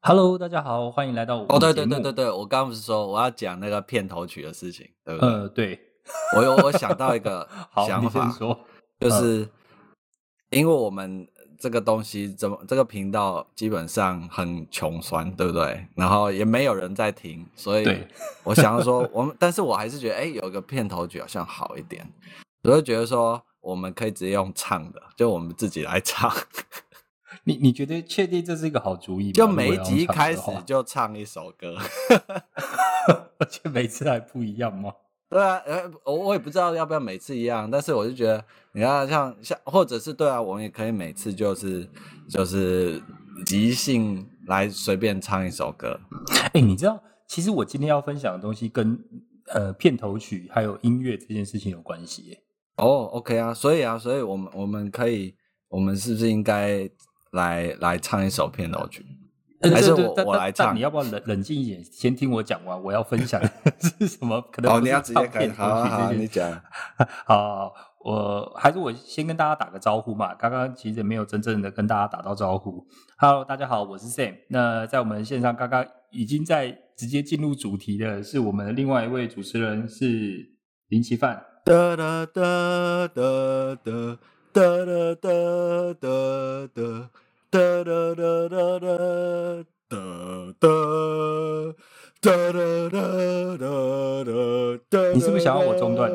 Hello，大家好，欢迎来到我哦，对们节目。 对对对对，我刚刚不是说我要讲那个片头曲的事情，对不对？ 对， 我想到一个好，你先想法， 说。 就是因为我们这个东西这个频道基本上很穷酸，对不对？然后也没有人在听，所以对， 我想要说但是我还是觉得，有一个片头曲好像好一点，我就觉得说我们可以直接用唱的，就我们自己来唱。 你觉得确定这是一个好主意吗？ 就每一集一如果要开始唱的话， 就唱一首歌。 而且每次还不一样吗？ 对啊，我也不知道要不要每次一样，但是我就觉得，你看像，或者是对啊，我们也可以每次就是即兴来随便唱一首歌。 你知道，其实我今天要分享的东西跟片头曲还有音乐这件事情有关系耶。 哦，OK 啊，所以我们是不是应该来唱一首片头曲？还是我来唱？ 但你要不要冷静一点，先听我讲完我要分享的是什么？可能你要直接开始，好，你讲。 好，我先跟大家打个招呼嘛。刚刚其实没有真正的跟大家打到招呼。Hello， 大家好，我是 Sam。那在我们线上刚刚已经在直接进入主题的是我们的另外一位主持人是林奇范。 哒哒哒哒哒哒哒哒哒哒。哒哒哒哒哒哒哒哒哒哒哒哒。 你是不是想要我中断？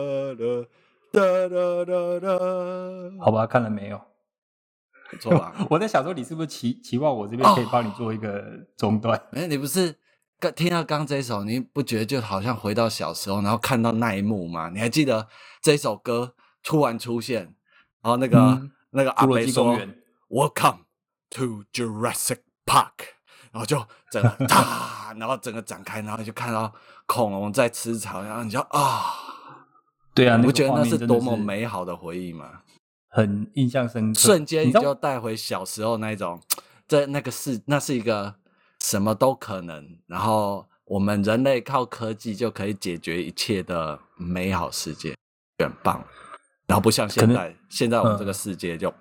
好吧，看了没有？ 不错吧？ 我在想说，你是不是期望我这边可以帮你做一个中断？ 你不是听到刚这首，你不觉得就好像回到小时候，然后看到那一幕吗？你还记得这首歌突然出现，然后那个阿伯说 "Welcome to Jurassic Park"， 然后就整个然后整个展开，然后就看到恐龙在吃草，然后你就对啊， 你不觉得那是多么美好的回忆吗？ 很印象深刻， 瞬间你就带回小时候那种，那是一个什么都可能，然后我们人类靠科技就可以解决一切的美好世界，很棒。然后不像现在我们这个世界就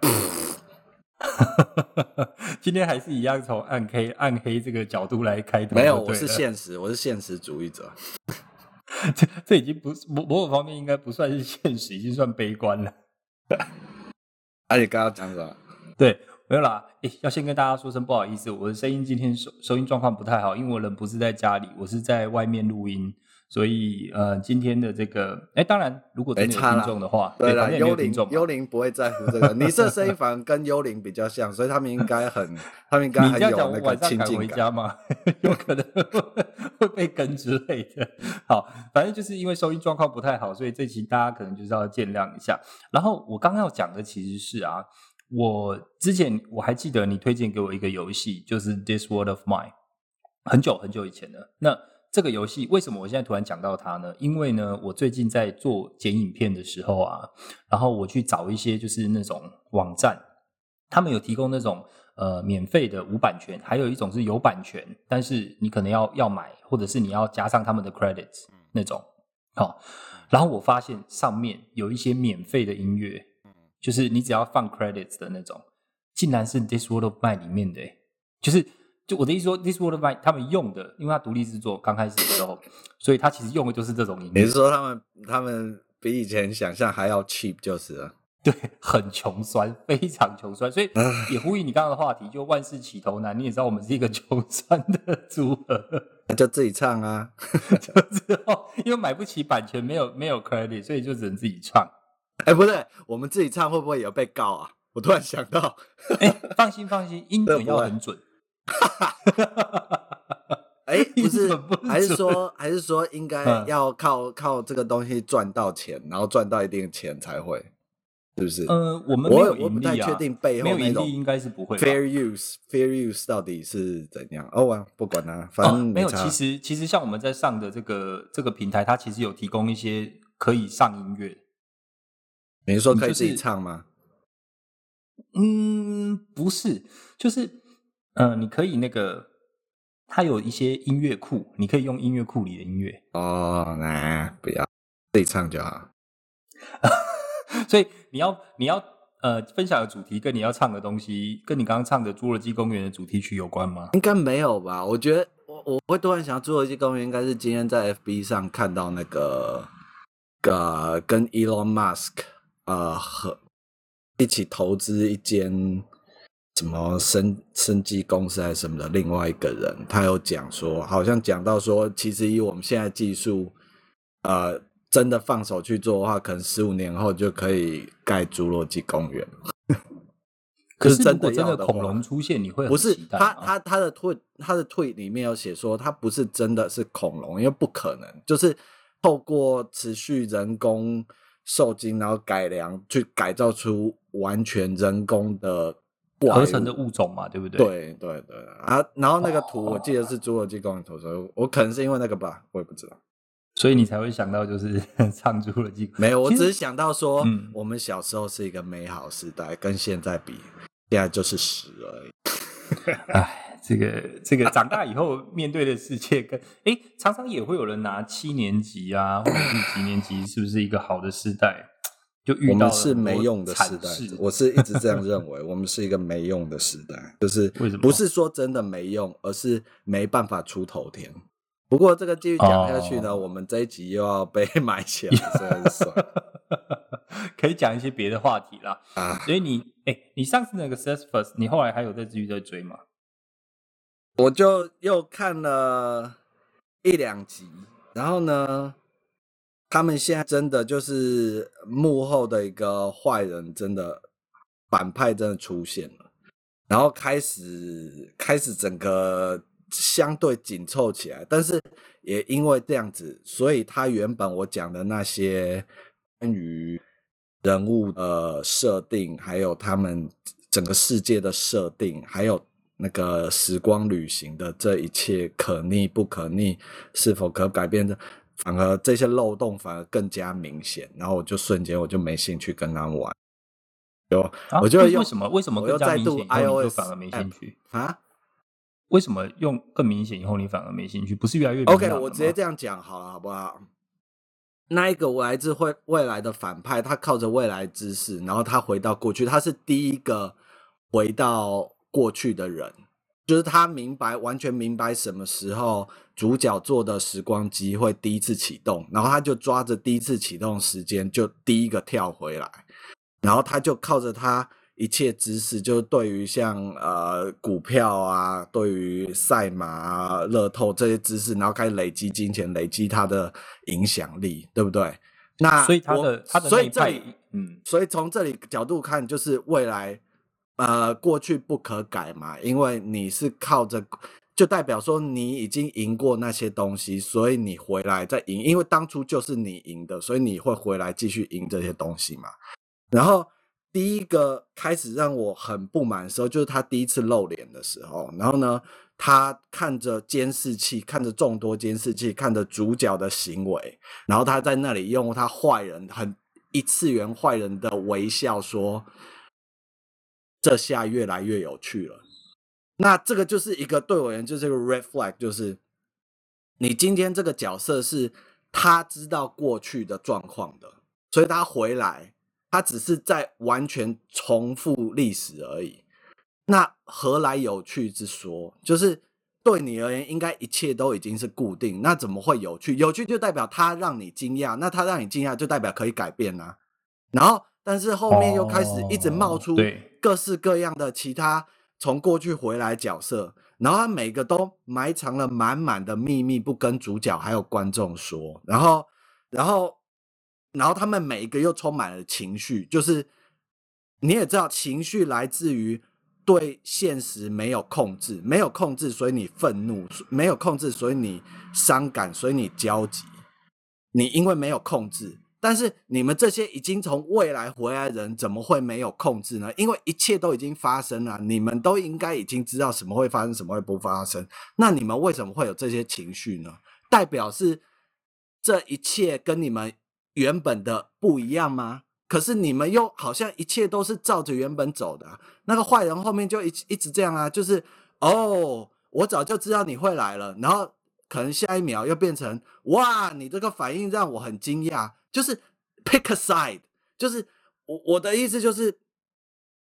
今天还是一样从暗黑这个角度来开头。 没有，我是现实主义者。 这已经不是某种方面应该不算是现实，已经算悲观了。 你刚刚讲什么？ 对，没有啦。要先跟大家说声不好意思，我的声音今天收音状况不太好，因为我人不是在家里，我是在外面录音，所以今天的这个当然如果真的有听众的话， 对啦，幽灵不会在乎这个。你这声音反而跟幽灵比较像，所以他们应该很有那个亲近感。 晚上赶回家吗？有可能会被跟之类的。好，反正就是因为收音状况不太好，所以这期大家可能就是要见谅一下。然后我刚刚要讲的其实是我之前我还记得你推荐给我一个游戏，就是 This World of Mine， 很久很久以前了。那这个游戏为什么我现在突然讲到它呢？因为呢，我最近在做剪影片的时候然后我去找一些就是那种网站，他们有提供那种免费的无版权，还有一种是有版权，但是你可能要买，或者是你要加上他们的 credits 那种。然后我发现上面有一些免费的音乐，就是你只要放 credits 的那种，竟然是 This World of Mine 里面的就我的意思说 This World of Mine 他们用的，因为它独立制作刚开始的时候，所以它其实用的就是这种音乐。 你是说他们比以前想象还要 cheap 就是了？ 对，很穷酸，非常穷酸，所以也呼应你刚刚的话题，就万事起头难。你也知道我们是一个穷酸的组合， 就自己唱啊。 就之后因为买不起版权，没有 credit， 所以就只能自己唱。 不对，我们自己唱会不会有被告啊？我突然想到。 放心，音准要很准。 不是，还是说应该要靠这个东西赚到钱，然后赚到一定钱才会，是不是？ 我们没有盈利我不太确定背后那种应该是不会 fair use 到底是怎样。不管它，反正没有。其实像我们在上的这个平台，它其实有提供一些可以上音乐。 你是说可以自己唱吗？ 不是，就是你可以那个，它有一些音乐库，你可以用音乐库里的音乐。 不要自己唱就好。 所以你要分享的主题跟你要唱的东西，跟你刚刚唱的《侏罗纪公园》的主题曲有关吗？ 应该没有吧？我觉得我会突然想到《侏罗纪公园》，应该是今天在 FB 上看到那个跟 Elon Musk 和一起投资一间什么生技公司还是什么的另外一个人，他有讲说，好像讲到说，其实以我们现在技术，真的放手去做的话，可能15年后就可以盖侏罗纪公园。 可是如果真的恐龙出现，你会很期待吗？ 不是他的tweet 里面有写说，它不是真的是恐龙，因为不可能，就是透过持续人工受精，然后改良去改造出完全人工的合成的物种嘛，对不对？ 对啊，然后那个图我记得是侏罗纪公园图，所以我可能是因为那个吧，我也不知道。 所以你才会想到就是唱侏罗纪？ 没有，我只是想到说，我们小时候是一个美好时代，跟现在比，现在就是屎而已。 哎，这个长大以后面对的世界跟常常也会有人拿7年级啊，或者是几年级，是不是一个好的时代？就遇到我们是没用的时代，我是一直这样认为，我们是一个没用的时代，就是为什么？ 不是说真的没用，而是没办法出头天。不过这个继续讲下去呢，我们这一集又要被埋起来，实在是算了。 可以讲一些别的话题啦。所以你上次那个 Sisyphus， 你后来还有继续在追吗？ 我就又看了1-2集，然后呢，他们现在真的就是幕后的一个坏人，真的反派真的出现了，然后开始整个相对紧凑起来，但是也因为这样子，所以他原本我讲的那些关于人物的设定，还有他们整个世界的设定，还有那个时光旅行的这一切可逆不可逆，是否可改变的，反而这些漏洞反而更加明显，然后我就瞬间我就没兴趣跟他们玩。我就为什么更加明显以后你就反而没兴趣啊？ 为什么用更明显以后你反而没兴趣？不是越来越明朗了吗？ OK， 我直接这样讲好了，好不好？那一个来自未来的反派，他靠着未来知识，然后他回到过去，他是第一个回到过去的人，就是他完全明白什么时候主角做的时光机会第一次启动，然后他就抓着第一次启动时间，就第一个跳回来，然后他就靠着他一切知识，就是对于像股票啊，对于赛马啊、乐透这些知识，然后开始累积金钱，累积他的影响力，对不对？那所以他的所以这里所以从这里角度看，就是未来过去不可改嘛，因为你是靠着，就代表说你已经赢过那些东西，所以你回来再赢，因为当初就是你赢的，所以你会回来继续赢这些东西嘛。然后第一个开始让我很不满的时候，就是他第一次露脸的时候，然后呢，他看着监视器，看着众多监视器，看着主角的行为，然后他在那里用他坏人很一次元坏人的微笑说，这下越来越有趣了。那这个就是一个对我而言就是一个 red flag， 就是你今天这个角色是他知道过去的状况的，所以他回来他只是在完全重复历史而已，那何来有趣之说？就是对你而言应该一切都已经是固定，那怎么会有趣？有趣就代表他让你惊讶，那他让你惊讶就代表可以改变啊。然后但是后面又开始一直冒出各式各样的其他从过去回来角色，然后他每个都埋藏了满满的秘密，不跟主角还有观众说，然后他们每一个又充满了情绪，就是你也知道情绪来自于对现实没有控制，没有控制所以你愤怒，没有控制所以你伤感，所以你焦急，你因为没有控制。但是你们这些已经从未来回来的人怎么会没有控制呢？因为一切都已经发生了，你们都应该已经知道什么会发生，什么会不发生，那你们为什么会有这些情绪呢？代表是这一切跟你们原本的不一样吗？可是你们又好像一切都是照着原本走的那个坏人后面就一直这样啊，就是我早就知道你会来了，然后可能下一秒又变成哇，你这个反应让我很惊讶，就是 pick a side， 就是我的意思就是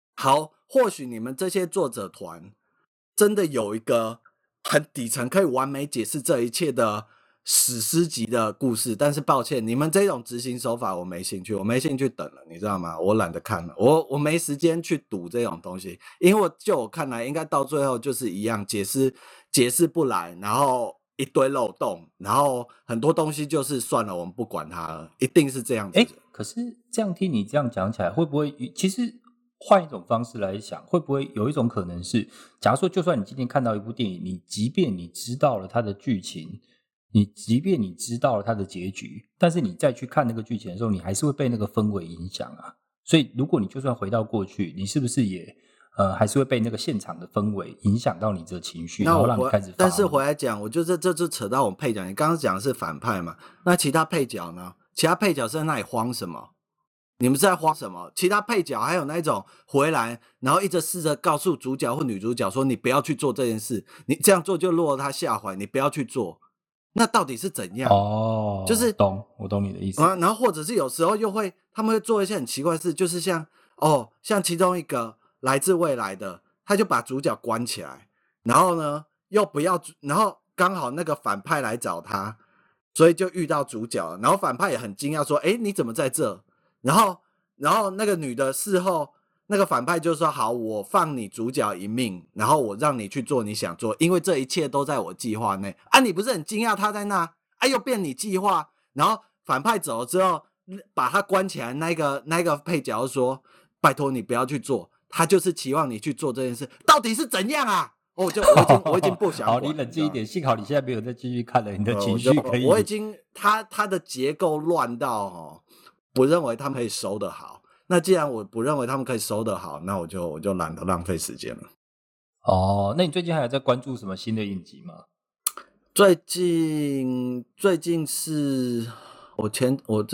好，或许你们这些作者团真的有一个很底层可以完美解释这一切的史诗级的故事，但是抱歉，你们这种执行手法我没兴趣，我没兴趣等了，你知道吗？我懒得看了，我没时间去赌这种东西，因为就我看来，应该到最后就是一样，解释不来，然后一堆漏洞，然后很多东西就是算了，我们不管它了，一定是这样子。 可是这样听你这样讲起来，会不会其实换一种方式来想，会不会有一种可能是，假如说就算你今天看到一部电影，即便你知道了它的剧情，即便你知道了它的结局，但是你再去看那个剧情的时候，你还是会被那个氛围影响啊。所以如果你就算回到过去，你是不是也还是会被那个现场的氛围影响到你的情绪，然后让你开始发怒？ 但是回来讲，我觉得这就扯到我们配角，你刚刚讲的是反派嘛，那其他配角呢？其他配角是在那里慌什么？你们是在慌什么？其他配角还有那种回来，然后一直试着告诉主角或女主角说：“你不要去做这件事，你这样做就落了他下怀，你不要去做。”那到底是怎样？ 哦， 就是我懂你的意思。 然后或者是有时候他们会做一些很奇怪的事，就是像其中一个来自未来的，他就把主角关起来，然后呢又不要，然后刚好那个反派来找他，所以就遇到主角了，然后反派也很惊讶说：“诶，你怎么在这？”然后那个女的事后，那个反派就说：“好，我放你主角一命，然后我让你去做你想做，因为这一切都在我计划内。”啊，你不是很惊讶他在那？啊，又变你计划，然后反派走了之后，把他关起来，那个配角说：“拜托你不要去做，他就是期望你去做这件事，到底是怎样啊？”我已经不想管。 好，你冷静一点，幸好你现在没有再继续看了，你的情绪可以。 我已经他的结构乱到不认为他们可以收得好。那既然我不认为他们可以收得好，那我就懒得浪费时间了。 哦，那你最近还有在关注什么新的影集吗？ 最近是我看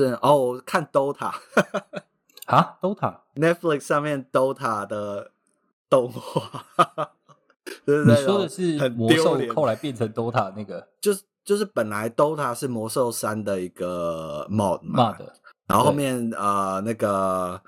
Dota 啊 Dota Netflix 上面 Dota 的动画。 你说的是魔兽后来变成 Dota 那个？ 就是本来 Dota 是魔兽3的一个 mod 嘛，然后后面那个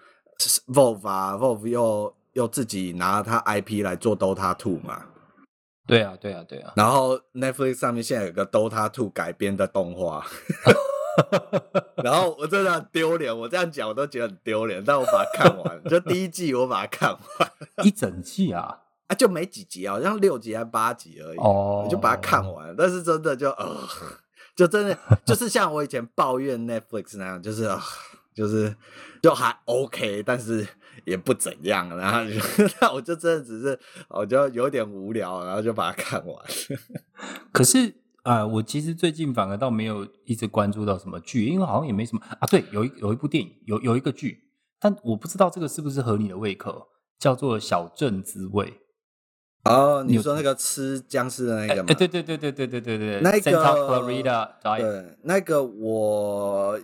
Valve 又自己拿他 IP 来做 Dota 2嘛。 对啊。 然后 Netflix 上面现在有个 Dota 2改编的动画。然后我真的很丢脸，我这样讲我都觉得很丢脸，但我把它看完，就第一季我把它看完。 一整季啊？ 就没几集，好像6集还8集而已。我就把它看完，但是真的就真的就是像我以前抱怨 Netflix 那样，就还 OK， 但是也不怎样。然后那我就真的只是我就有点无聊，然后就把它看完。 可是我其实最近反而倒没有一直关注到什么剧，因为好像也没什么啊。对，有一部电影，有一个剧，但我不知道这个是不是合你的胃口，叫做《小镇滋味》。 哦，你说那个吃僵尸的那个吗？ 对，那个 Santa Clarita Diet。 对，那个我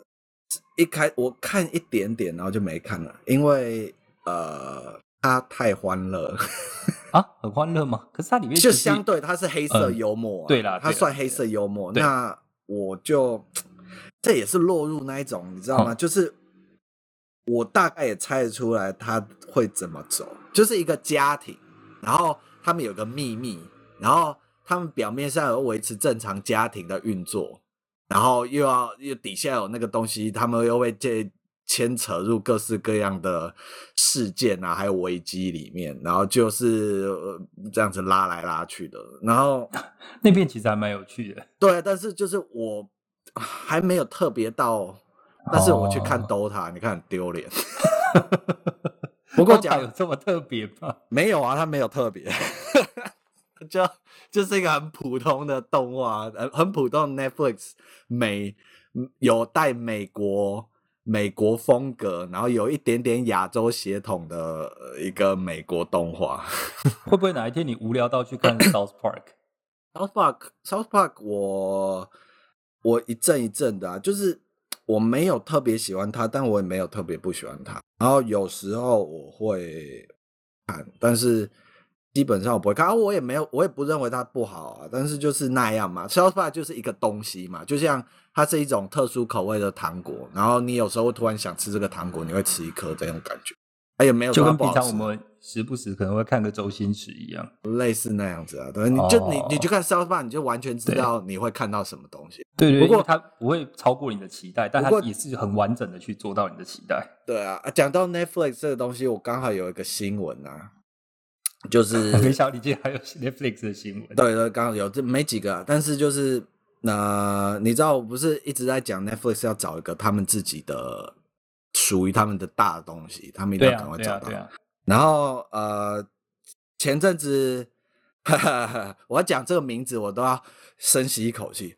看一点点，然后就没看了，因为它太欢乐啊，很欢乐吗？可是它里面就相对它是黑色幽默， 对啦， 它算黑色幽默。那我就这也是落入那一种，你知道吗？就是我大概也猜得出来他会怎么走，就是一个家庭。然后他们有个秘密，然后他们表面上有维持正常家庭的运作，然后又底下有那个东西，他们又会牵扯入各式各样的事件啊，还有危机里面，然后就是这样子拉来拉去的。然后那边其实还蛮有趣的。 对，但是就是我还没有特别到，但是我去看 Dota，你看很丢脸。不过讲有这么特别吗？ 没有啊，它没有特别。就是一个很普通的动画，很普通的 Netflix 有带美国风格，然后有一点点亚洲血统的一个美国动画。 会不会哪一天你无聊到去看 South Park？South Park 我一阵一阵的就是我没有特别喜欢他，但我也没有特别不喜欢他。然后有时候我会看，但是基本上我不会看。我也不认为它不好啊，但是就是那样嘛。South Park 就是一个东西嘛，就像它是一种特殊口味的糖果，然后你有时候会突然想吃这个糖果，你会吃一颗这种感觉。 也没有就跟平常我们时不时可能会看个周星驰一样， 类似那样子啊。对，你去看 South Park， 你就完全知道你会看到什么东西。 对，不过它不会超过你的期待，但它也是很完整的去做到你的期待。 对啊，讲到 Netflix 这个东西，我刚好有一个新闻啊，就是没想到你竟然还有 Netflix 的新闻。 对，刚好有，这没几个，但是就是你知道我不是一直在讲 Netflix 要找一个他们自己的属于他们的大的东西，他们一定要赶快找到。然后前阵子我要讲这个名字，我都要深吸一口气。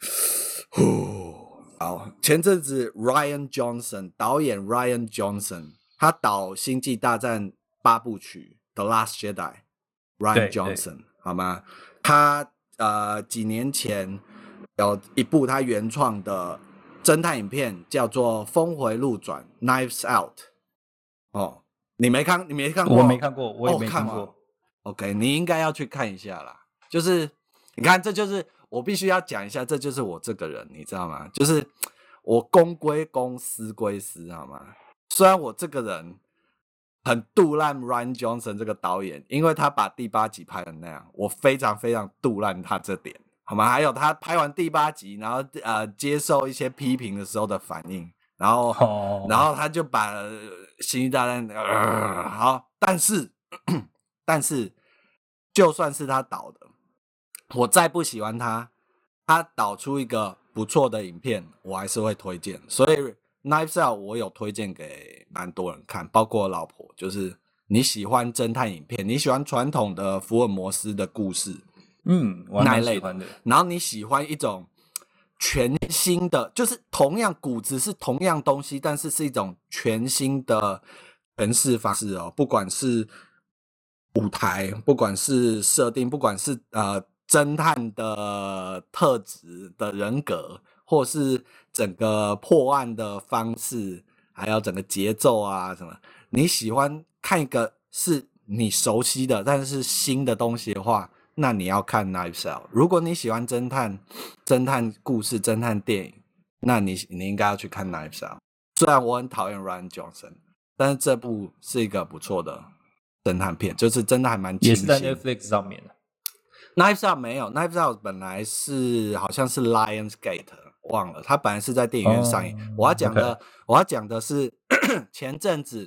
好，前阵子 Ryan Johnson 导演 Ryan Johnson 他导《星际大战》8部曲 The Last Jedi。Ryan Johnson 好吗？他几年前有一部他原创的侦探影片叫做《峰回路转》Knives Out。哦，你没看过？ 我没看过，我也没看过。 OK， 你应该要去看一下啦。就是你看，这就是我必须要讲一下，这就是我这个人，你知道吗？就是我公归公，私归私，好吗？虽然我这个人很杜烂 Ryan Johnson 这个导演，因为他把第8集拍成那样，我非常非常杜烂他这点，好吗？还有他拍完第8集，然后接受一些批评的时候的反应，然后他就把星际大战好，但是就算是他导的，我再不喜欢他导出一个不错的影片，我还是会推荐。所以 Knives Out 我有推荐给蛮多人看，包括我老婆。就是你喜欢侦探影片，你喜欢传统的福尔摩斯的故事， 我还蛮喜欢的。 然后你喜欢一种全新的，就是同样骨子是同样东西，但是是一种全新的诠释方式哦。不管是舞台，不管是设定，不管是侦探的特质的人格，或是整个破案的方式，还有整个节奏啊什么，你喜欢看一个是你熟悉的但是新的东西的话，那你要看 Knives Out。 如果你喜欢侦探故事、侦探电影，那你应该要去看 Knives Out。 虽然我很讨厌 Ryan Johnson， 但是这部是一个不错的侦探片，就是真的还蛮清新， 也是在 Netflix 上面的。 Knives Out 没有， Knives Out 本来是好像是 Lionsgate， 忘了，它本来是在电影院上映。我要讲的是前阵子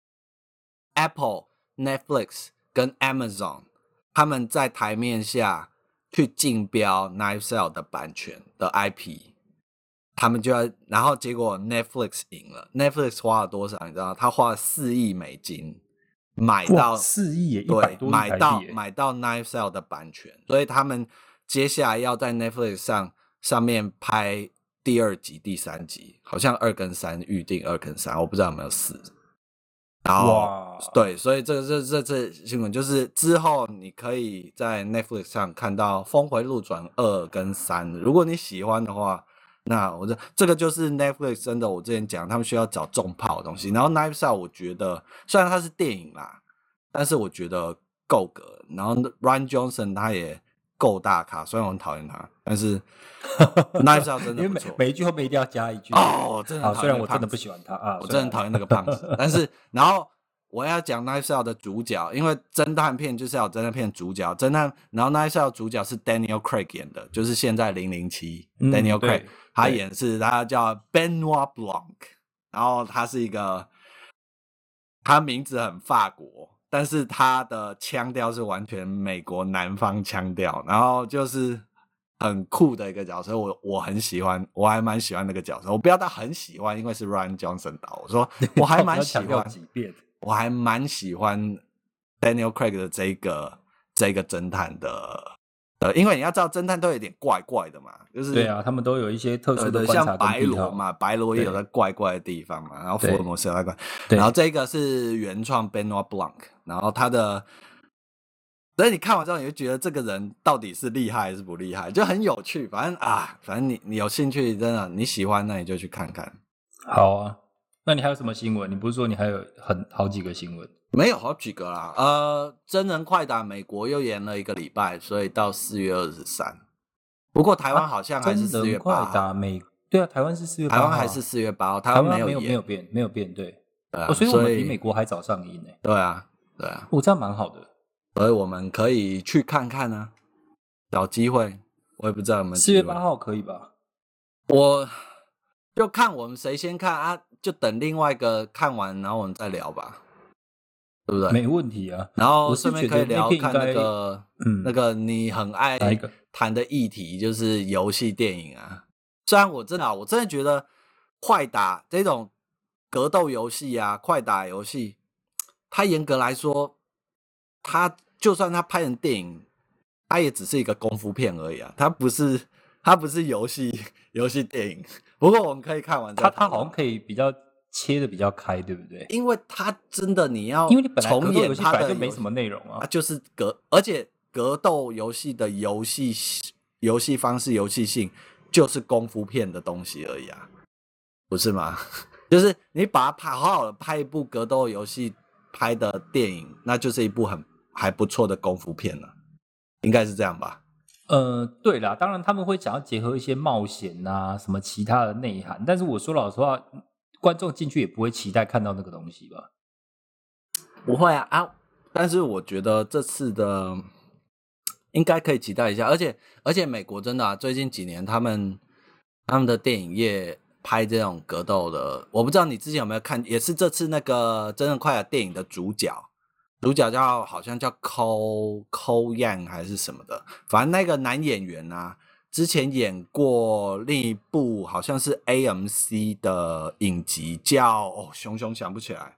Apple、Netflix 跟 Amazon 他们在台面下去竞标 Knives Out 的版权的 IP， 他们就要，然后结果 Netflix 赢了。 Netflix 花了多少你知道？他花了$4亿买到 4亿耶，100多亿台币耶， 买到 Knives Out 的版权，所以他们接下来要在 Netflix 上面拍第2集、第3集，好像2跟3预定2跟3，我不知道有没有4。然后对，所以这新闻就是之后你可以在 Netflix 上看到《峰回路转2跟3》，如果你喜欢的话。那这个就是 Netflix 真的，我之前讲他们需要找重炮的东西。然后 Knives Out 我觉得虽然它是电影啦，但是我觉得够格。然后 Ryan Johnson 他也够大咖，虽然我很讨厌他，但是 Knives Out 真的不错。 每一句后面一定要加一句真的虽然我真的不喜欢他我真的很讨厌那个胖子。但是然后我要讲 Knives Out 的主角，因为侦探片就是要有侦探片主角，然后 Knives Out 主角是 Daniel Craig 演的，就是现在007 Daniel Craig， 他演是他叫 Benoit Blanc， 然后他是一个，他名字很法国，但是他的腔调是完全美国南方腔调，然后就是很酷的一个角色，我很喜欢，我还蛮喜欢那个角色。我不要到很喜欢，因为是 Ryan Johnson 导，我说我还蛮喜欢我还蛮喜欢 Daniel Craig 的这个侦探的，因为你要知道侦探都有点怪怪的嘛，就是对啊，他们都有一些特殊的观察， 像白罗嘛，白罗也有在怪怪的地方嘛，然后福尔摩斯有在怪，然后这个是原创 Benoit Blanc， 然后他的，所以你看完之后你就觉得这个人到底是厉害还是不厉害，就很有趣。反正你有兴趣，真的你喜欢，那你就去看看。 好啊。那你还有什么新闻？你不是说你还有好几个新闻？ 没有好几个啦。真人快打美国又延了1个礼拜，所以到4月23。不过台湾好像还是4月8号。 真人快打对啊，台湾是4月8号。 台湾还是4月8号，台湾没有变，对。 对啊， 所以我们比美国还早上映欸。 对啊，对啊， 这样蛮好的。 所以我们可以去看看啊，找机会，我也不知道有没有机会。 4月8号可以吧？ 我就看我们谁先看啊，就等另外一个看完，然后我们再聊吧，对不对？ 没问题啊。 然后顺便可以聊看那个那个你很爱谈的议题，就是游戏电影啊。虽然我真的觉得快打这种格斗游戏啊，快打游戏，它严格来说，它就算它拍成电影，它也只是一个功夫片而已啊，它不是游戏电影。不过我们可以看完再它好像可以比较切的比较开，对不对？ 因为它真的你要因为你本来重演它的就没什么内容啊， 就是而且格斗游戏的游戏方式、游戏性就是功夫片的东西而已啊，不是吗？就是你把它好好的拍一部格斗游戏拍的电影，那就是一部还不错的功夫片了，应该是这样吧？ 对啦，当然他们会想要结合一些冒险啊，什么其他的内涵，但是我说老实话，观众进去也不会期待看到那个东西吧？ 不会啊，但是我觉得这次的应该可以期待一下，而且美国真的最近几年他们的电影业拍这种格斗的，我不知道你之前有没有看，也是这次那个真人快打电影的主角好像叫 Cole Yang 还是什么的，反正那个男演员啊，之前演过另一部好像是 AMC 的影集叫熊想不起来，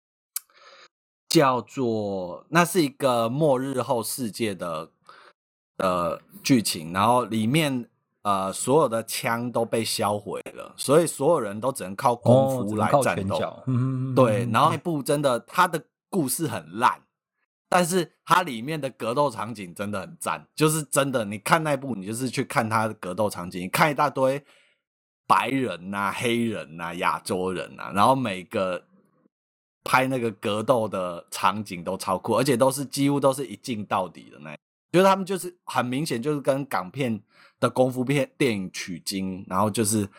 叫做那是一个末日后世界的剧情，然后里面所有的枪都被销毁了，所以所有人都只能靠功夫来战斗。对，然后那部真的他的故事很烂，但是它里面的格斗场景真的很赞，就是真的，你看那部你就是去看他的格斗场景，你看一大堆白人啊、黑人啊、亚洲人啊，然后每个拍那个格斗的场景都超酷，而且几乎都是一镜到底的那种，就是他们就是很明显就是跟港片的功夫片电影取经，然后就是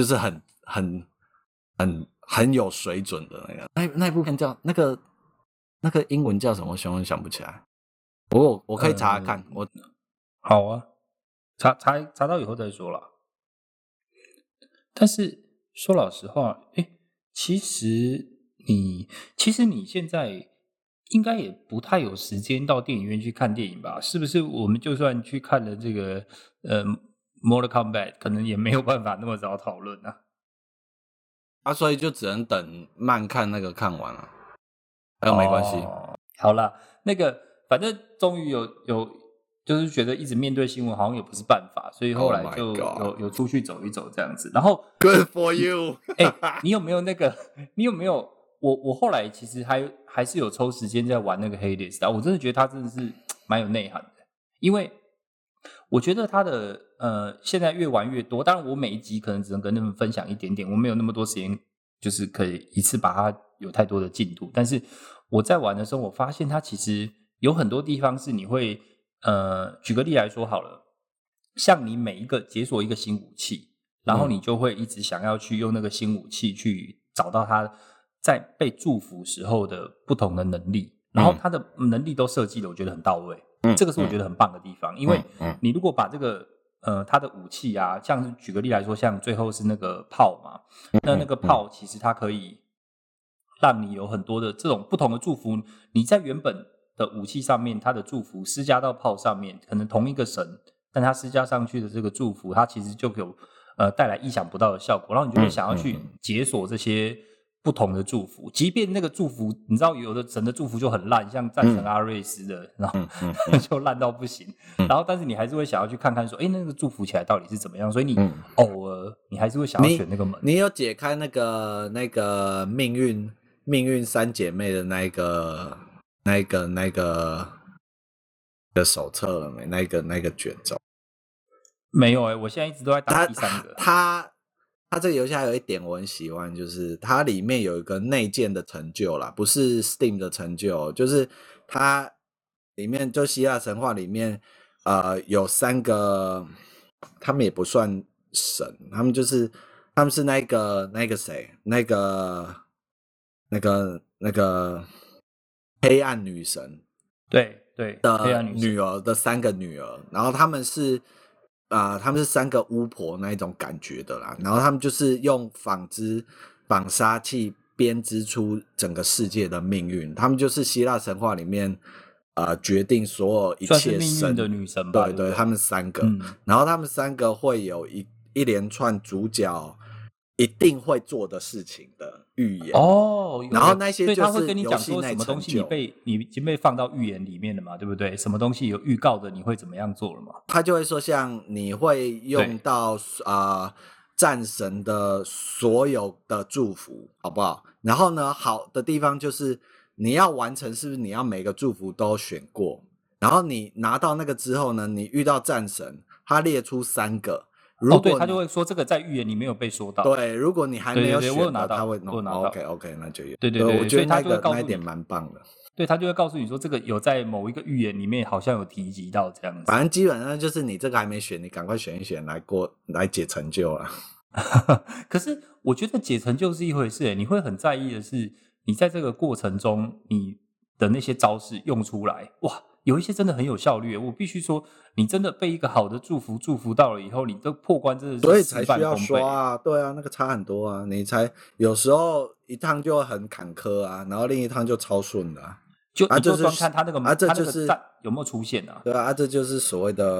很有水准的那部片叫那个英文叫什么？我想不起来。不过我可以查查看。 好啊，查到以后再说啦。但是说老实话，其实你现在应该也不太有时间到电影院去看电影吧？是不是？我们就算去看了这个Mortal Kombat， 可能也没有办法那么早讨论啊。 所以就只能等慢看那个看完了，没关系。 好啦，那个反正终于有，就是觉得一直面对新闻好像也不是办法，所以后来就有出去走一走这样子。然后 Good for you 你有没有那个？你有没有？我后来其实还是有抽时间在玩那个 Hades 啊，我真的觉得它真的是蛮有内涵的，因为我觉得它的现在越玩越多。当然我每一集可能只能跟他们分享一点点，我没有那么多时间，就是可以一次把它有太多的进度。但是我在玩的时候，我发现它其实有很多地方是你会举个例来说好了，像你每一个解锁一个新武器，然后你就会一直想要去用那个新武器去找到它在被祝福时候的不同的能力，然后它的能力都设计的我觉得很到位，这个是我觉得很棒的地方。因为你如果把这个它的武器啊，像举个例来说，像最后是那个炮嘛，那个炮其实它可以让你有很多的这种不同的祝福，你在原本的武器上面，它的祝福施加到炮上面，可能同一个神，但它施加上去的这个祝福，它其实就有带来意想不到的效果，然后你就会想要去解锁这些不同的祝福，即便那个祝福，你知道有的神的祝福就很烂，像战神阿瑞斯的，然后就烂到不行，然后但是你还是会想要去看看说，那个祝福起来到底是怎么样，所以你偶尔你还是会想要选那个门。 你有解开那个命运三姐妹的那个手册了没？那个卷轴没有我现在一直都在打第三个。 它这个游戏还有一点我很喜欢，就是它里面有一个内建的成就啦，不是 Steam 的成就，就是它里面就希腊神话里面有3个，他们也不算神，他们是那个谁，那个那个黑暗女神对对黑的暗女神女儿的3个女儿，然后他们是3个巫婆那一种感觉的啦，然后他们就是用纺纱器编织出整个世界的命运，他们就是希腊神话里面决定所有一算是切命运的女神吧，对， 他们3个，然后他们3个会有一连串主角一定会做的事情的预言哦， 然后那些所以他会就是跟你讲游戏内说什么东西成就， 你已经被放到预言里面了嘛，对不对？什么东西有预告的，你会怎么样做了嘛？ 他就会说，像你会用到战神的所有的祝福，好不好？然后呢，好的地方就是你要完成，是不是你要每个祝福都选过？然后你拿到那个之后呢，你遇到战神，他列出3个。如果对，他就会说这个在预言里没有被说到。 对，如果你还没有选的，他会弄。OK， 那就有。 对， 我觉得那一点蛮棒的。 对，他就会告诉你说，这个有在某一个预言里面好像有提及到这样子。 反正基本上就是你这个还没选，你赶快选一选来解成就啊。 可是我觉得解成就是一回事，你会很在意的是，你在这个过程中你的那些招式用出来，哇！有一些真的很有效率，我必须说，你真的被一个好的祝福到了以后，你这破关真的是所以才需要刷啊，对啊，那个差很多啊，你才有时候一趟就很坎坷啊，然后另一趟就超顺的啊。 你就光看他那个这就是赞有没有出现啊？ 对啊，这就是所谓的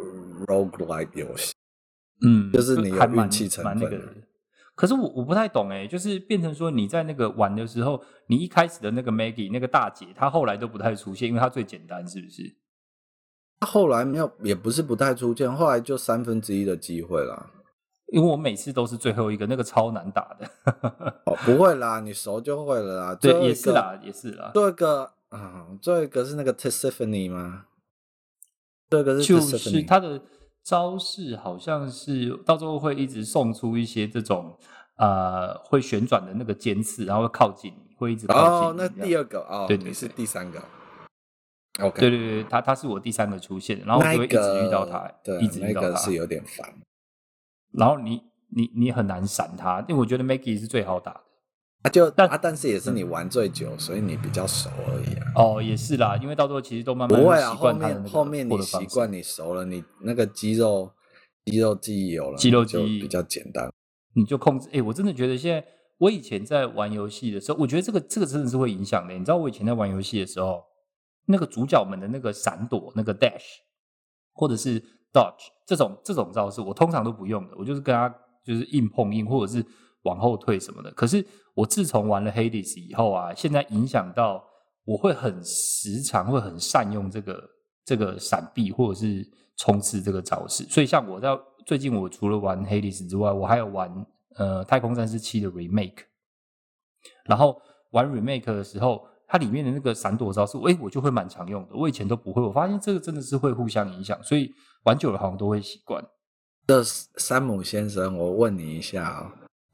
roguelike 游戏，就是你有运气成分的。 可是我不太懂就是变成说你在那个玩的时候，你一开始的那个 Maggie 那个大姐，她后来都不太出现，因为她最简单，是不是？ 她后来没有，也不是不太出现，后来就1/3的机会啦。 因为我每次都是最后一个，那个超难打的。 不会啦，你熟就会了啦。 对，也是啦。 最后一个是那个 Tiffany 吗？这个是 Tiffany， 就是他的招式好像是到最后会一直送出一些这种会旋转的那个尖刺，然后会靠近你，会一直靠近你。 那第2个对， 你是第3个。OK， 对，他是我第3个出现，然后我就会一直遇到他，一直遇到他， 那个是有点烦。 然后你很难闪他，因为我觉得 Maggie 是最好打的。 但是也是你玩最久，所以你比较熟而已啊。 也是啦，因为到最后其实都慢慢习惯他的那个后面你习惯你熟了，你那个肌肉记忆有了， 肌肉记忆就比较简单， 你就控制。我真的觉得现在我以前在玩游戏的时候，我觉得这个真的是会影响的。你知道我以前在玩游戏的时候，那个主角们的那个闪躲、那个 dash 或者是 dodge 这种招式，我通常都不用的，我就是跟他就是硬碰硬，或者是往后退什么的。可是我自从玩了 Hades 以后啊，现在影响到我会很时常会很善用这个闪避或者是冲刺这个招式。所以像我在最近，我除了玩 Hades 之外，我还有玩太空战士7的 remake。然后玩 remake 的时候，它里面的那个闪躲招式，我就会蛮常用的。我以前都不会，我发现这个真的是会互相影响，所以玩久了好像都会习惯。 这山姆先生，我问你一下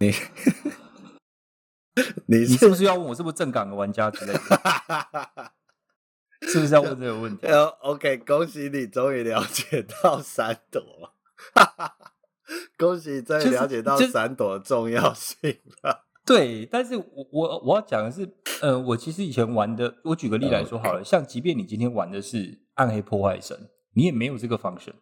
你是不是要问我是不是正港的玩家之类的？是不是要问这个问题 ？OK， 恭喜你终于了解到闪躲，恭喜你终于了解到闪躲的重要性了。 对，但是我要讲的是，我其实以前玩的，我举个例来说好了，像即便你今天玩的是暗黑破坏神，你也没有这个 function。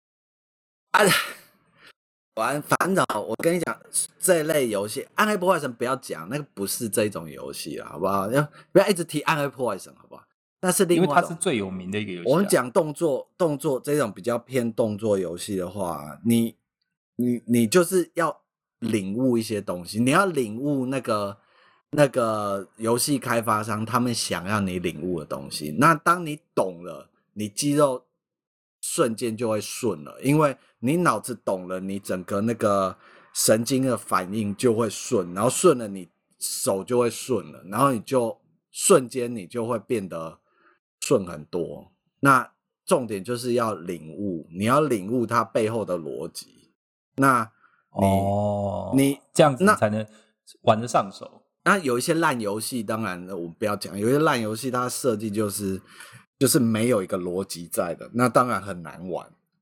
反正我跟你讲，这一类游戏，暗黑破坏神不要讲，那个不是这种游戏啦，好不好？不要一直提暗黑破坏神，好不好？那是另外一种， 因为它是最有名的一个游戏。 我们讲动作这种比较偏动作游戏的话，你就是要领悟一些东西，你要领悟那个游戏开发商他们想要你领悟的东西。那当你懂了，你肌肉瞬间就会顺了，因为你脑子懂了，你整个那个神经的反应就会顺，然后顺了你手就会顺了，然后你就瞬间你就会变得顺很多。那重点就是要领悟，你要领悟它背后的逻辑。那你这样子才能玩得上手。 那有一些烂游戏，当然我们不要讲，有一些烂游戏它设计就是没有一个逻辑在的，那当然很难玩。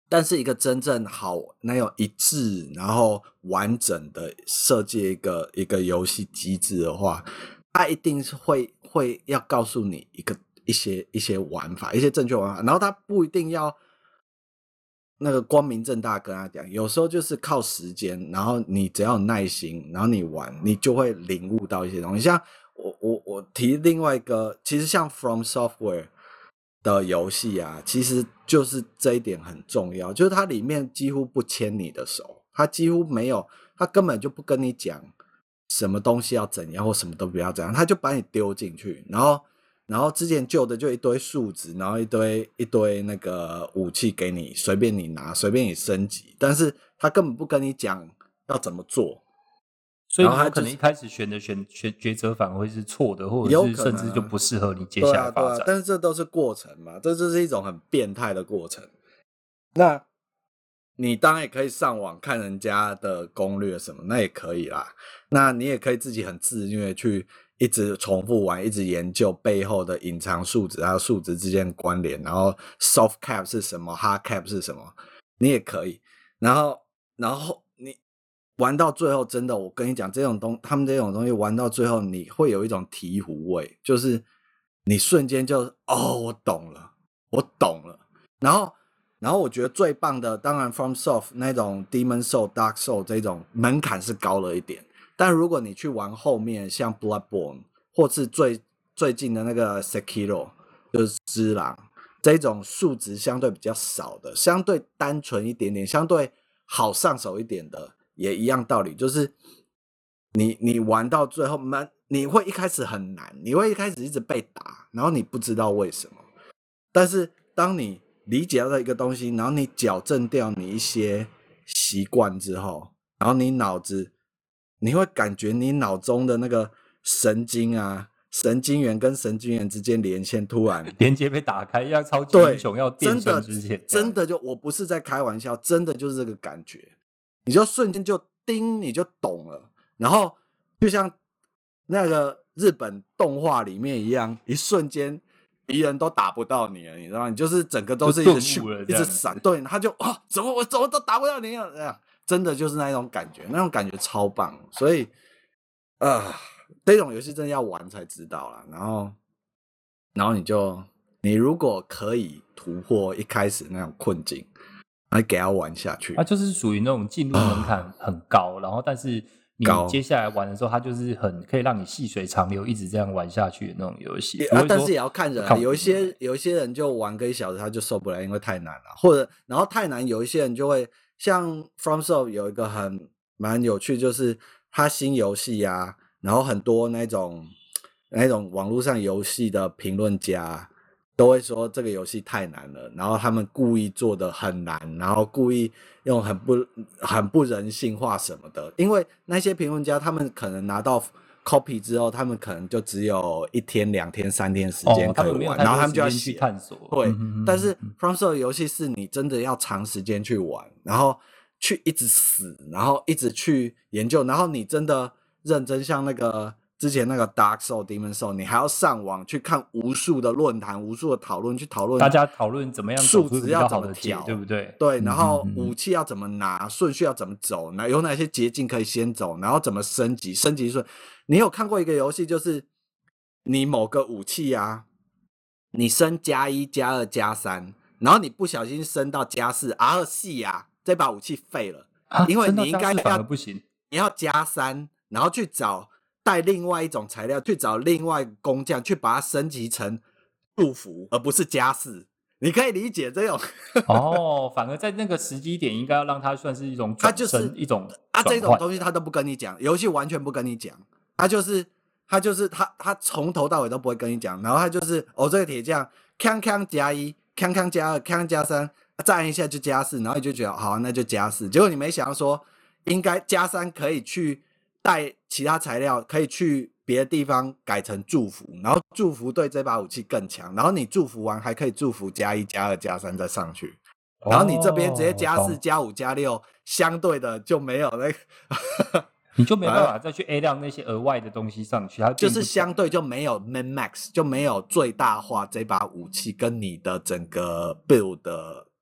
但是一个真正好那种一致然后完整的设计一个游戏机制的话，它一定是会要告诉你一些玩法，一些正确玩法，然后它不一定要那个光明正大跟他讲，有时候就是靠时间，然后你只要有耐心，然后你玩，你就会领悟到一些东西。像我提另外一个，其实像 From Software 的游戏啊，其实就是这一点很重要，就是它里面几乎不牵你的手，它几乎没有，它根本就不跟你讲什么东西要怎样或什么都不要怎样，它就把你丢进去，然后之前旧的就一堆数值，然后一堆那个武器给你，随便你拿，随便你升级，但是他根本不跟你讲要怎么做， 所以你有可能一开始选抉择反而会是错的，或者是甚至就不适合你接下来发展。 但是这都是过程嘛，这就是一种很变态的过程。那你当然也可以上网看人家的攻略什么，那也可以啦。那你也可以自己很自虐去一直重复玩，一直研究背后的隐藏数值还有数值之间的关联，然后 soft cap 是什么 hard cap 是什么，你也可以。然后你玩到最后，真的我跟你讲，他们这种东西玩到最后，你会有一种醍醐味，就是你瞬间就我懂了，然后我觉得最棒的，当然 FromSoft 那种 Demon Soul、Dark Soul 这种门槛是高了一点，但如果你去玩后面像 Bloodborne 或是最近的那个 Sekiro 就是只狼这种数值相对比较少的，相对单纯一点点，相对好上手一点的，也一样道理，就是你玩到最后你会一开始很难，你会一开始一直被打，然后你不知道为什么，但是当你理解到一个东西，然后你矫正掉你一些习惯之后，然后你会感觉你脑中的那个神经元跟神经元之间连线突然连接被打开，像超级英雄要变身之前， 真的就我不是在开玩笑，真的就是这个感觉，你就瞬间就叮，你就懂了，然后就像那个日本动画里面一样，一瞬间敌人都打不到你了，你知道吗？你就是整个都是一直闪，对，他就怎么都打不到你了，这样真的就是那种感觉，那种感觉超棒，所以这种游戏真的要玩才知道啦。然后你如果可以突破一开始那种困境，你给他玩下去， 它就是属于那种进入门槛很高，然后但是你接下来玩的时候，它就是很可以让你细水长流，一直这样玩下去的那种游戏。 但是也要看人，有一些人就玩个1小时他就受不了，因为太难了，然后太难，有一些人就会像 FromSoft 有一个蛮有趣，就是他新游戏啊，然后很多那种网络上游戏的评论家都会说这个游戏太难了，然后他们故意做的很难，然后故意用很不人性化什么的，因为那些评论家他们可能拿到 copy 之后，他们可能就只有1天、2天、3天时间可以玩，然后他们就要去探索。 对，但是 FromSoft 的游戏是你真的要长时间去玩，然后去一直死，然后一直去研究，然后你真的认真像那个之前那个 Dark Soul、Demon Soul， 你还要上网去看无数的论坛、无数的讨论，去讨论大家讨论怎么样数值要怎么调，对不对？ 对，然后武器要怎么拿，顺序要怎么走，有哪些捷径可以先走，然后怎么升级顺。你有看过一个游戏，就是你某个武器啊，你升+1、+2、+3，然后你不小心升到+4，系啊，这把武器废了，因为你应该要不行， 你要+3，然后去找带另外一种材料，去找另外工匠去把它升级成祝福，而不是+4。你可以理解这种反而在那个时机点应该要让它算是一种转身，一种这种东西他都不跟你讲，游戏完全不跟你讲，他从头到尾都不会跟你讲，然后他就是这个铁匠锵锵+1，锵锵+2，锵锵+3，再按一下就+4，然后你就觉得好，那就+4，结果你没想到说应该+3可以去带其他材料，可以去别的地方改成祝福，然后祝福对这把武器更强，然后你祝福完还可以祝福+1、+2、+3再上去，然后你这边直接+4、+5、+6，相对的就没有那个你就没办法再去 A 量那些额外的东西上去，它就是相对就没有 min max， 就没有最大化这把武器跟你的整个 build 的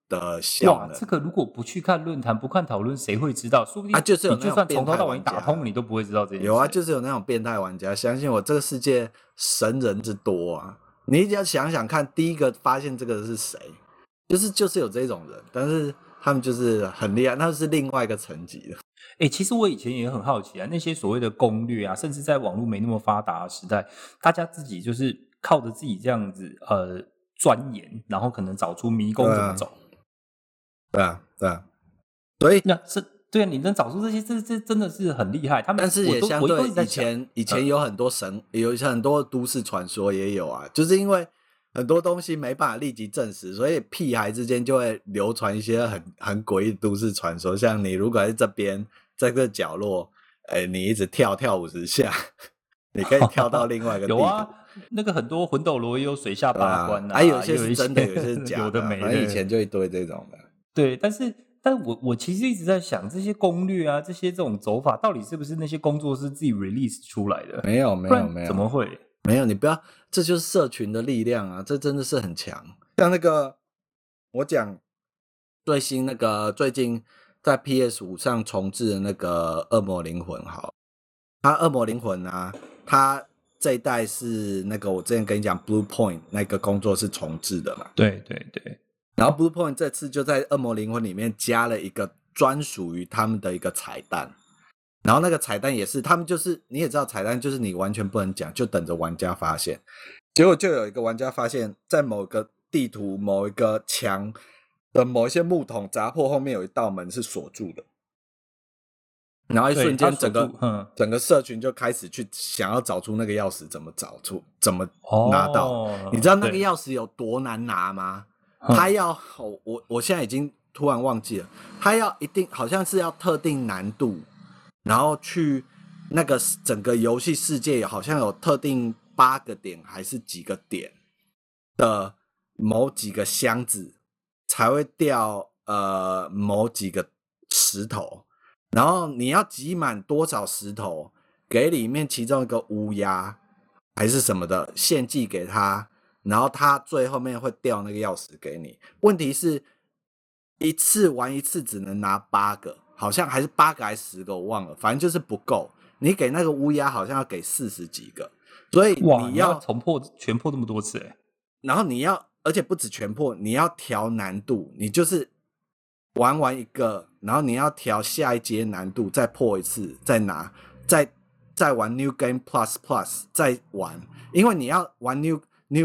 的效能。 哇，这个如果不去看论坛，不看讨论，谁会知道？说不定就是有你就算从头到尾打通，你都不会知道这件事。 有啊，就是有那种变态玩家，相信我，这个世界神人之多啊！你一定要想想看，第一个发现这个是谁？就是有这种人，但是他们就是很厉害，那是另外一个层级的。 其实我以前也很好奇啊，那些所谓的攻略啊，甚至在网络没那么发达的时代，大家自己就是靠着自己这样子钻研，然后可能找出迷宫怎么走。 对啊，所以那对啊，你能找出这些，这真的是很厉害。他们但是也相对以前有很多有很多都市传说也有啊，就是因为很多东西没办法立即证实，所以屁孩之间就会流传一些很诡异的都市传说，像你如果在这边在这个角落，你一直跳50下，你可以跳到另外一个地图。 有啊，那个很多魂斗罗也有水下八关啊， 有些是真的，有些是假的， 有的没的。 反正以前就一堆这种的。 对，但我其实一直在想，这些攻略啊，这些这种走法，到底是不是那些工作室自己 release 出来的？ 没有， 怎么会？ 没有，你不要，这就是社群的力量啊！这真的是很强。像那个，我讲最新那个最近在 PS5 上重置的那个《恶魔灵魂》，好，它《恶魔灵魂》啊，它这一代是那个我之前跟你讲 Blue Point 那个工作室重置的嘛？ 对。 然后 Blue Point 这次就在《恶魔灵魂》里面加了一个专属于他们的一个彩蛋。然后那个彩蛋也是，他们就是你也知道，彩蛋就是你完全不能讲，就等着玩家发现。结果就有一个玩家发现，在某个地图某一个墙的某一些木桶砸破后面有一道门是锁住的，然后一瞬间整个社群就开始去想要找出那个钥匙怎么找出，怎么拿到。你知道那个钥匙有多难拿吗？他要我现在已经突然忘记了，他要一定好像是要特定难度。然后去那个整个游戏世界好像有特定8个点还是几个点的某几个箱子才会掉某几个石头，然后你要集满多少石头给里面其中一个乌鸦还是什么的献祭给他，然后他最后面会掉那个钥匙给你。问题是一次玩一次只能拿8个，好像还是8个还是10个我忘了，反正就是不够。你给那个乌鸦好像要给40几个，所以你要全破这么多次然后而且不止全破，你要调难度，你就是玩完一个，然后你要调下一阶难度，再破一次，再拿，再玩 New Game Plus Plus 再玩，因为你要玩 New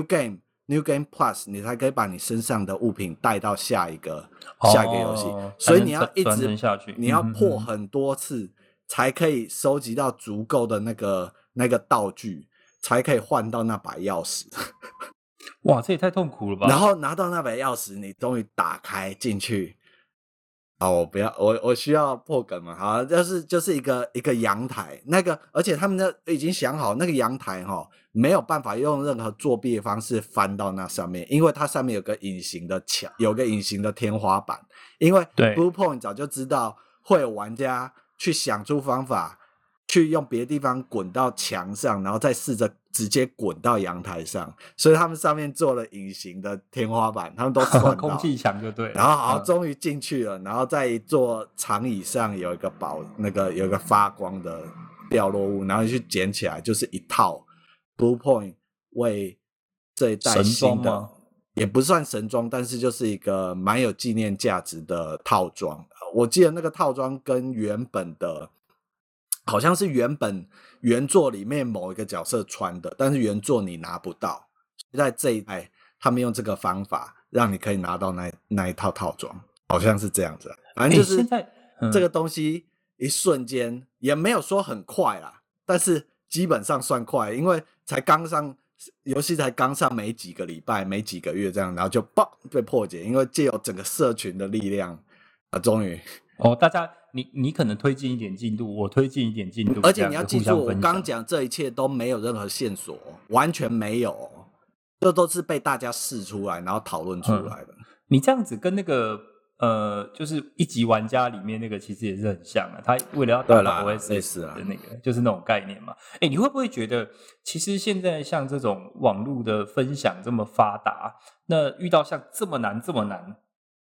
Game Plus 你才可以把你身上的物品带到下一个游戏，所以你要一直下去， 你要破很多次才可以收集到足够的那个道具，才可以换到那把钥匙。 哇，这也太痛苦了吧！ 然后拿到那把钥匙，你终于打开进去。我不要，我需要破梗嘛？好，就是一个阳台，那个而且他们已经想好，那个阳台没有办法用任何作弊的方式翻到那上面，因为它上面有个隐形的墙，有个隐形的天花板。因为 Blue Point 早就知道会有玩家去想出方法，去用别的地方滚到墙上，然后再试着直接滚到阳台上，所以他们上面做了隐形的天花板，他们都算到空气墙就对了。 然后好，终于进去了，然后在一座长椅上有一个有一个发光的掉落物，然后去捡起来，就是一套 Blue Point 为这一代新的，也不算神装，但是就是一个蛮有纪念价值的套装。我记得那个套装跟原本的好像是原作里面某一个角色穿的，但是原作你拿不到。在这一代，他们用这个方法让你可以拿到那一套套装，好像是这样子。反正就是现在这个东西一瞬间也没有说很快啦，但是基本上算快，因为游戏才刚上没几个礼拜、没几个月这样，然后就嘣被破解，因为藉由整个社群的力量终于大家你可能推进一点进度，我推进一点进度， 而且你要记住，我刚讲这一切都没有任何线索，完全没有，这都是被大家试出来然后讨论出来的。 你这样子跟那个就是一级玩家里面那个其实也是很像啊，他为了要打到 OSS 的那个就是那种概念嘛。你会不会觉得其实现在像这种网络的分享这么发达，那遇到像这么难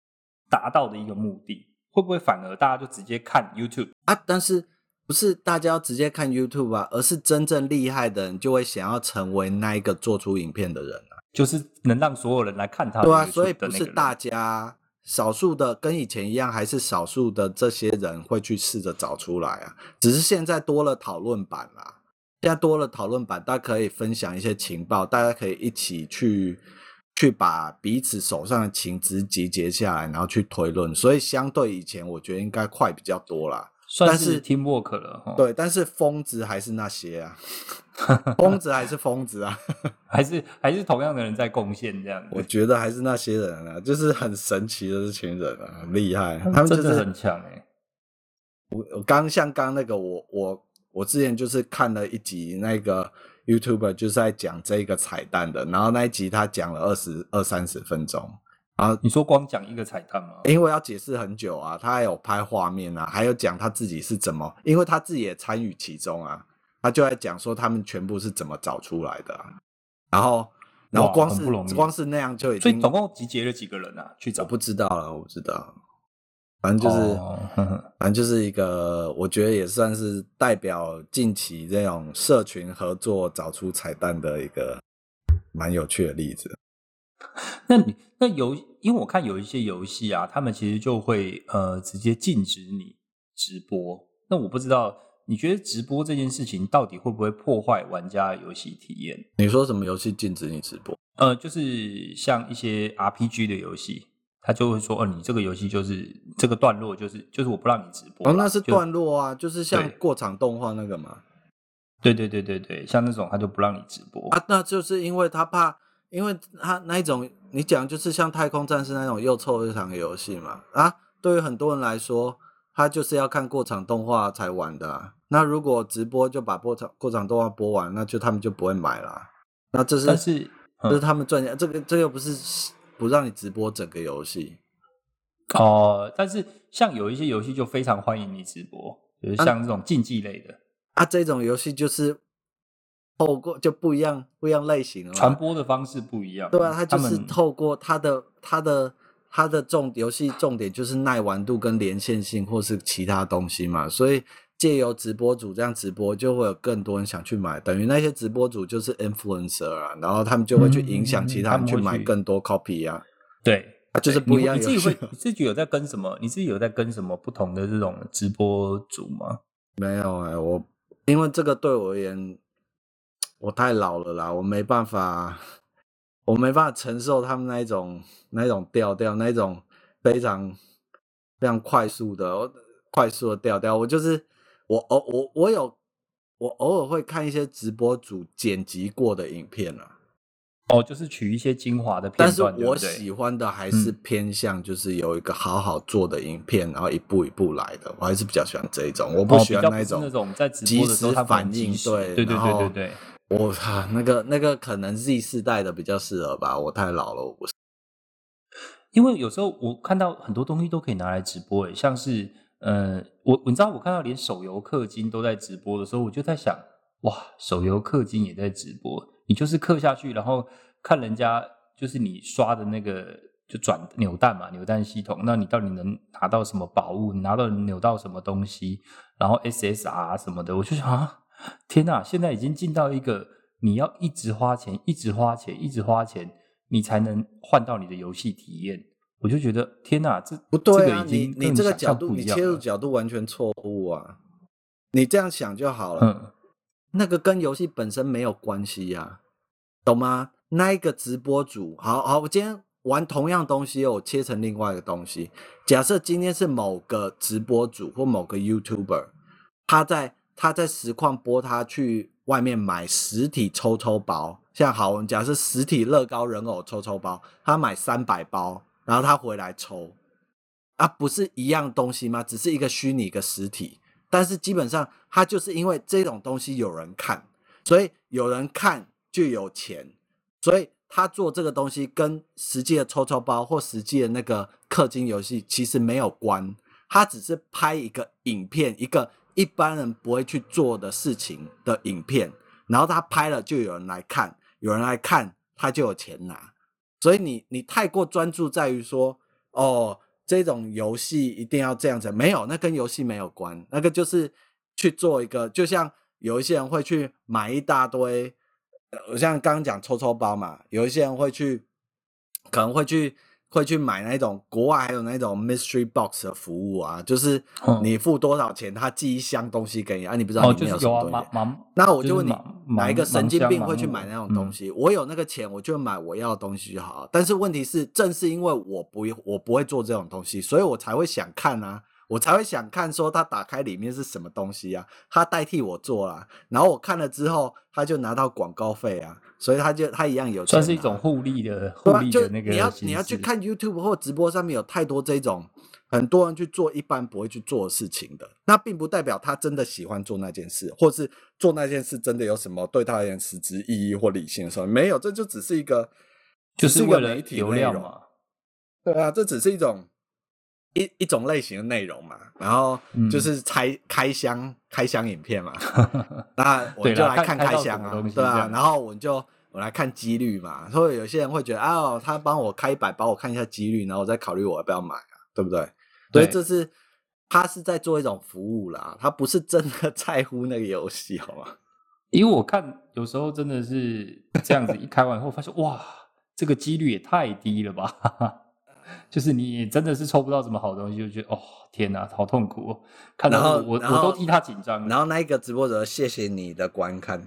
达到的一个目的？会不会反而大家就直接看 YouTube 啊？但是不是大家要直接看 YouTube 啊，而是真正厉害的人就会想要成为那一个做出影片的人啊， 就是能让所有人来看他的 YouTube 对啊， 的那个人。 所以不是大家少数的跟以前一样，还是少数的这些人会去试着找出来啊，只是现在多了讨论版啦。现在多了讨论版，大家可以分享一些情报，大家可以一起去把彼此手上的情资集结下来，然后去推论。所以相对以前，我觉得应该快比较多啦。 算是 teamwork 了齁。 对，但是疯子还是那些啊，疯子还是疯子啊， 还是同样的人在贡献这样子。 我觉得还是那些人啊，就是很神奇的这群人啊，很厉害，他们就是真的很强欸。 我像刚那个我之前就是看了一集那个 YouTuber 就是在讲这个彩蛋的，然后那一集他讲了20-30分钟，然后你说光讲一个彩蛋吗？ 因为要解释很久啊，他还有拍画面啊，还有讲他自己是怎么，因为他自己也参与其中啊，他就在讲说他们全部是怎么找出来的啊，然后光是那样就已经， 所以总共集结了几个人啊？去找？ 我不知道了，我不知道。反正就是一个，我觉得也算是代表近期这种社群合作找出彩蛋的一个蛮有趣的例子。 因为我看有一些游戏啊，他们其实就会直接禁止你直播。那我不知道，你觉得直播这件事情到底会不会破坏玩家的游戏体验？ 你说什么游戏禁止你直播？ 就是像一些 RPG 的游戏。他就会说，你这个游戏就是这个段落，就是我不让你直播。 那是段落啊，就是像过场动画那个嘛。 对，像那种他就不让你直播啊。那就是因为他怕，因为他那一种你讲就是像太空战士那种又臭又长的游戏嘛。啊，对于很多人来说，他就是要看过场动画才玩的啊。那如果直播就把过场动画播完，那就他们就不会买啦。那这是他们赚钱，这个又不是不让你直播整个游戏但是像有一些游戏就非常欢迎你直播，就是像这种竞技类的这种游戏就是透过就不一样类型了， 传播的方式不一样。 对啊，它就是透过它的游戏重点就是耐玩度跟连线性或是其他东西嘛，所以借由直播主这样直播，就会有更多人想去买，等于那些直播主就是 influencer 啊，然后他们就会去影响其他人去买更多 copy 啊。 对， 就是不一样游戏。 你自己有在跟什么？你自己有在跟什么不同的这种直播主吗？ 没有因为这个对我而言，我太老了啦，我没办法承受他们那一种调调，那一种非常非常快速的调调。我就是我偶尔会看一些直播主剪辑过的影片啊。 就是取一些精华的片段， 但是我喜欢的还是偏向就是有一个好好做的影片，然后一步一步来的，我还是比较喜欢这一种，我不喜欢那种在直播的时候他反应。 对， 我那个可能 Z 世代的比较适合吧，我太老了，我不是。 因为有时候我看到很多东西都可以拿来直播，像是你知道我看到连手游氪金都在直播的时候，我就在想，哇，手游氪金也在直播。你就是氪下去，然后看人家就是你刷的那个就转扭蛋嘛，扭蛋系统，那你到底能拿到什么宝物？你扭到什么东西？然后 SSR 什么的，我就想天哪，现在已经进到一个你要一直花钱，你才能换到你的游戏体验。我就觉得天哪，这不对啊！ 这个已经你这个角度，你切入角度完全错误啊！你这样想就好了。那个跟游戏本身没有关系啊，懂吗？那一个直播主，好，我今天玩同样东西，我切成另外一个东西。假设今天是某个直播主或某个 YouTuber， 他在实况播他去外面买实体抽包，像好，我们假设实体乐高人偶抽包，他买300包，然后他回来抽，不是一样东西吗？只是一个虚拟的实体。但是基本上他就是因为这种东西有人看，所以有人看就有钱，所以他做这个东西跟实际的抽包或实际的那个氪金游戏其实没有关，他只是拍一个影片，一个一般人不会去做的事情的影片，然后他拍了就有人来看，有人来看他就有钱拿。所以你太过专注在于说这种游戏一定要这样子，没有，那跟游戏没有关，那个就是去做一个，就像有一些人会去买一大堆，像刚刚讲抽抽包嘛，有一些人可能会去买那种国外还有那种 mystery box 的服务啊，就是你付多少钱，他寄一箱东西给你啊，你不知道里面有什么东西。那我就问你，哪一个神经病会去买那种东西？我有那个钱，我就买我要的东西就好了。但是问题是，正是因为我不会做这种东西，所以我才会想看啊。我才会想看说他打开里面是什么东西啊，他代替我做啦，然后我看了之后他就拿到广告费啊，所以他一样有钱啊， 算是一种互利的那个你要去看 YouTube 或直播上面有太多这种很多人去做一般不会去做的事情的，那并不代表他真的喜欢做那件事，或是做那件事真的有什么对他而言实质意义或理性的时候，没有，这就只是一个就是为了流量嘛。 对啊，这只是一种类型的内容嘛，然后就是开箱影片嘛，那我就来看开箱啊，对啊，然后我来看几率嘛，所以有些人会觉得他帮我开100，帮我看一下几率，然后我再考虑我要不要买啊，对不对？所以他是在做一种服务啦，他不是真的在乎那个游戏，好吗？ 因为我看有时候真的是这样子，一开完以后发现哇，这个几率也太低了吧。就是你真的是抽不到什么好东西，就觉得哦天哪，好痛苦哦！看到我都替他紧张。 然后那一个直播者，谢谢你的观看，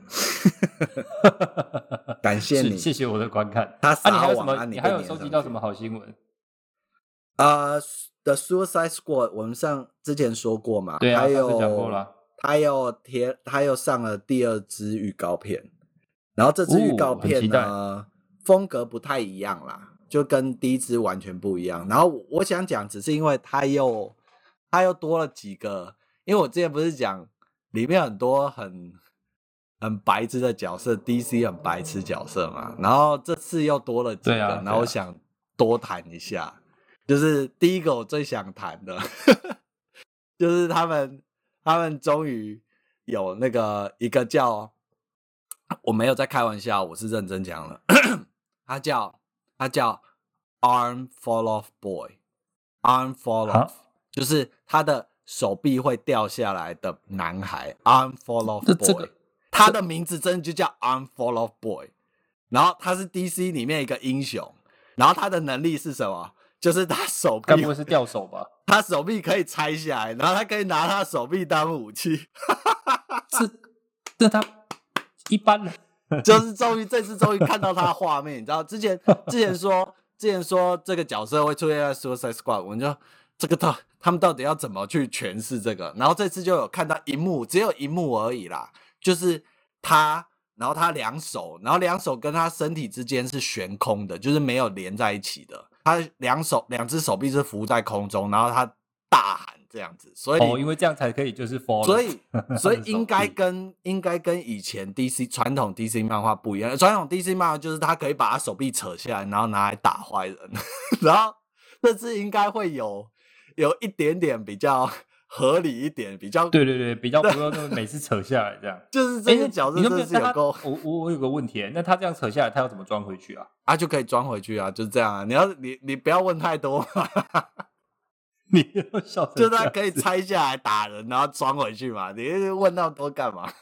感谢你， 谢谢我的观看。 他撒网，你还有什么？ 你还有收集到什么好新闻 ？The Suicide Squad 我们之前说过嘛， 对啊， 还有讲过了。 他又上了第2支预告片，然后这支预告片呢，风格不太一样啦。就跟第1支完全不一样，然后我想讲，只是因为他又多了几个，因为我之前不是讲里面很多很白痴的角色 ，DC 很白痴角色嘛，然后这次又多了几个，然后我想多谈一下，就是第一个我最想谈的，就是他们终于有那个一个叫，我没有在开玩笑，我是认真讲了，他叫 Arm Fall Off Boy，Arm Fall Off，就是他的手臂会掉下来的男孩 ，Arm Fall Off Boy，他的名字真的就叫 Arm Fall Off Boy，然后他是 DC 里面一个英雄，然后他的能力是什么？就是他手臂， 该不会是掉手吧？ 他手臂可以拆下来，然后他可以拿他手臂当武器， 这他一般人。 就是这次终于看到他的画面，你知道之前说这个角色会出现在 Suicide Squad， 我们就他们到底要怎么去诠释这个？然后这次就有看到一幕，只有一幕而已啦，就是他，然后他两手跟他身体之间是悬空的，就是没有连在一起的，他两只手臂是浮在空中，然后他大喊。这样子，所以因为这样才可以就是 fall， 所以应该跟以前 DC 传统 DC 漫画不一样。传统 DC 漫画就是他可以把他手臂扯下来，然后拿来打坏人，然后这次应该会有一点点比较合理一点，比较对，比较不用那么每次扯下来这样。 就是这个角色真的是有够。 我有个问题，那他这样扯下来，他要怎么装回去啊？ 就可以装回去啊，就是这样啊。你不要问太多。 你又笑成就他可以拆下来打人，然后装回去嘛？你问那么多干嘛？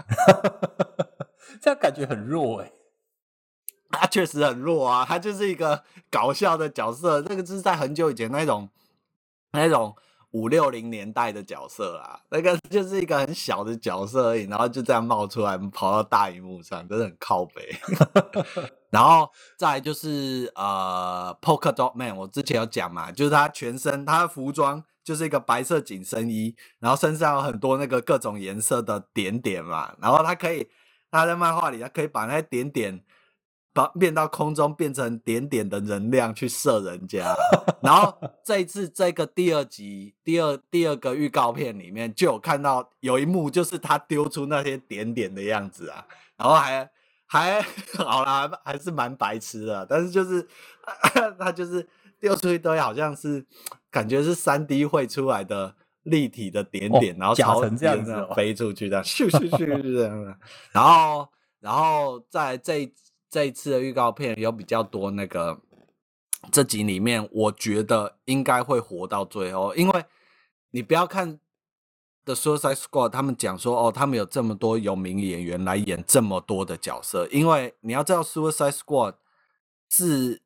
这样感觉很弱他确实很弱啊，他就是一个搞笑的角色。这个是在很久以前那种5、60年代的角色啊，那个就是一个很小的角色而已，然后就这样冒出来，跑到大荧幕上，真的很靠北。然后再来就是Polka Dot Man， 我之前有讲嘛，就是他全身他的服装就是一个白色紧身衣，然后身上有很多那个各种颜色的点点嘛，然后他在漫画里他可以把那些点点变到空中，变成点点的能量去射人家。然后这一次这个第二个预告片里面就有看到有一幕，就是他丢出那些点点的样子啊，然后还好啦，还是蛮白痴的，但是就是他就是丢出一堆好像是感觉是 3D 绘出来的立体的点点，然后假成这样子飞出去，这样咻这样的。然后在这一次的预告片有比较多那个这集里面，我觉得应该会活到最后，因为你不要看 The Suicide Squad， 他们讲说他们有这么多有名演员来演这么多的角色，因为你要知道 Suicide Squad 自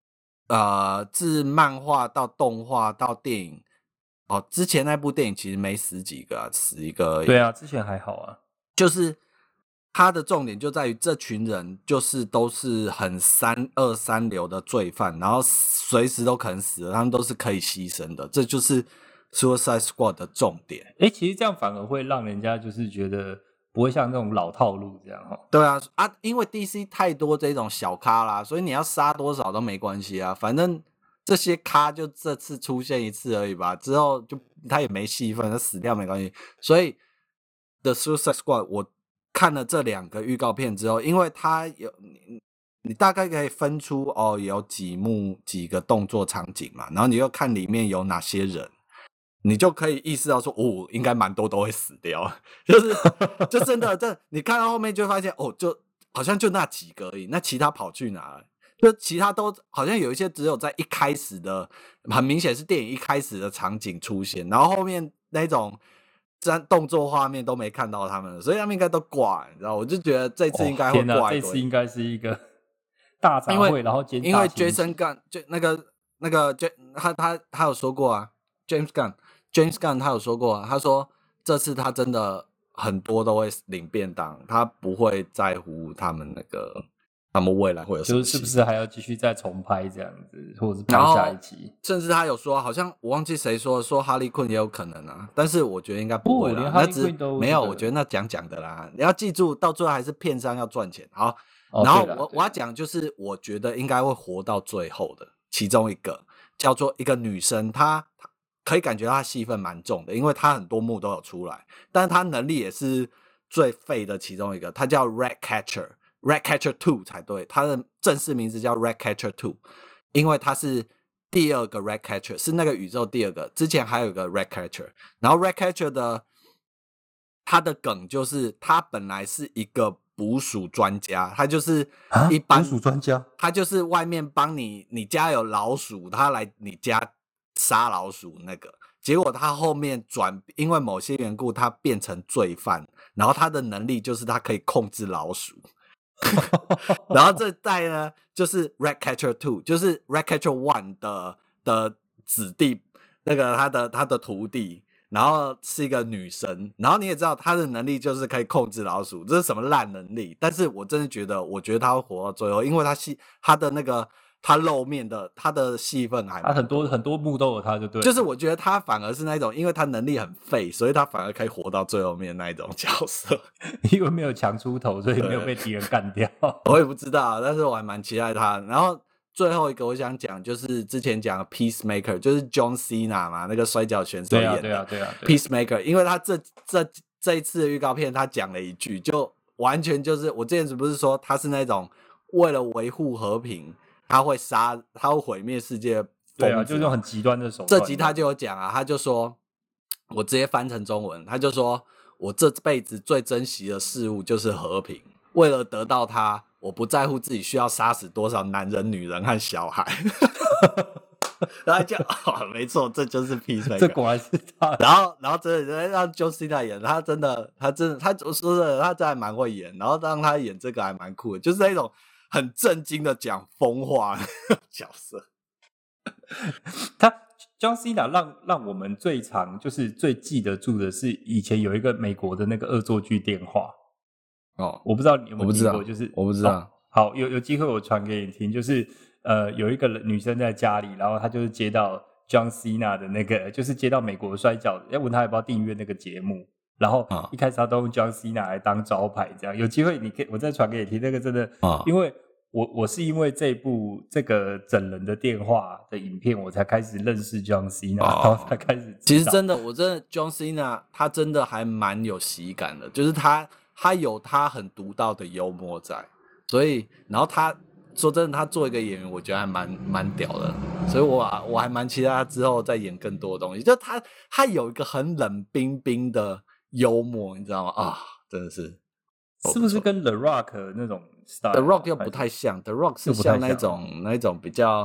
漫画到动画到电影，之前那部电影其实没死几个死一个而已。 对啊，之前还好啊。 就是他的重点就在于这群人就是都是很二三流的罪犯，然后随时都可能死了，他们都是可以牺牲的，这就是 Suicide Squad 的重点。 其实这样反而会让人家就是觉得不会像那种老套路这样对啊，因为 DC 太多这种小咖啦，所以你要杀多少都没关系啊，反正这些咖就这次出现一次而已吧，之后就他也没戏份，他死掉没关系。所以 The Suicide Squad 我看了这2个预告片之后，因为它有你大概可以分出有几个动作场景嘛，然后你又看里面有哪些人，你就可以意识到说应该蛮多都会死掉，就真的你看到后面就会发现就好像就那几个而已，那其他跑去哪了？就其他都好像有一些只有在一开始的很明显是电影一开始的场景出现，然后后面那种动作画面都没看到他们，所以他们应该都挂，你知道？我就觉得这次应该会挂一堆。 这次应该是一个大杂烩，然后因为 Jason Gunn 就那个他有说过啊 ，James Gunn 他有说过他说这次他真的很多都会领便当，他不会在乎他们他们未来会有什么， 就是不是还要继续再重拍这样子，或者是拍下一集？ 甚至他有说，好像我忘记谁说哈利坤也有可能啊，但是我觉得应该不会啦，那只没有，我觉得那讲的啦。你要记住，到最后还是片商要赚钱。好，然后我要讲就是我觉得应该会活到最后的其中一个叫做一个女生，她可以感觉到她戏份蛮重的，因为她很多幕都有出来，但是她能力也是最废的其中一个，她叫 Ratcatcher 2 才对，它的正式名字叫 Ratcatcher 2， 因为它是第2个 Ratcatcher， 是那个宇宙第2个，之前还有一个 Ratcatcher， 然后 Ratcatcher 它的梗就是他本来是一个捕鼠专家，他就是一般捕鼠专家， 他就是外面帮你家有老鼠，他来你家杀老鼠那个。结果他后面因为某些缘故他变成罪犯，然后他的能力就是他可以控制老鼠。然后这代呢就是 Ratcatcher 2， 就是 Ratcatcher 1的子弟，那个他的徒弟，然后是一个女生，然后你也知道她的能力就是可以控制老鼠，这是什么烂能力？但是我真的觉得，我觉得她会活到最后，因为她的那个她露面的她的戏份还蛮多， 很多幕都有她，就对了。 就是我觉得她反而是那种，因为她能力很废，所以她反而可以活到最后面那一种角色。 因为没有强出头，所以没有被敌人干掉。 我也不知道，但是我还蛮期待她。然后最后一个我想讲就是之前讲的 Peacemaker， 就是 John Cena 嘛，那个摔跤选手演的。 对啊。 Peacemaker， 因为他这一次的预告片他讲了一句，就完全就是我之前不是说他是那种为了维护和平，他会毁灭世界的疯子。 对啊，就是很极端的手段。 这集他就有讲啊，他就说，我直接翻成中文，他就说我这辈子最珍惜的事物就是和平，为了得到它，我不在乎自己需要杀死多少男人、女人和小孩。然后就没错，这就是 Peacemaker， 这果然是他。 然后真的让 John Cena 演，他真的，他说的，他真的还蛮会演，然后让他演这个还蛮酷的，就是那种很震惊的讲疯话的角色。 他 John Cena 让我们最记得住的是以前有一个美国的那个恶作剧电话。我不知道你有没有听过，就是我不知道。 好，有机会我传给你听，就是有一个女生在家里，然后她就是接到 John Cena 的那个，就是接到美国摔跤，要问她要不要订阅那个节目，然后一开始她都用 John Cena 来当招牌，这样有机会我再传给你听，那个真的，因为我是因为这个整人的电话的影片，我才开始认识 John Cena，然后才开始知道。 其实我真的 John Cena 他真的还蛮有喜感的，就是他有他很独到的幽默在，所以然后他说真的，他做一个演员，我觉得还蛮屌的，所以我还蛮期待他之后再演更多的东西。就他有一个很冷冰冰的幽默，你知道吗？真的是不是跟 The Rock 那种 style？ The Rock 又不太像，The Rock 是像那种比较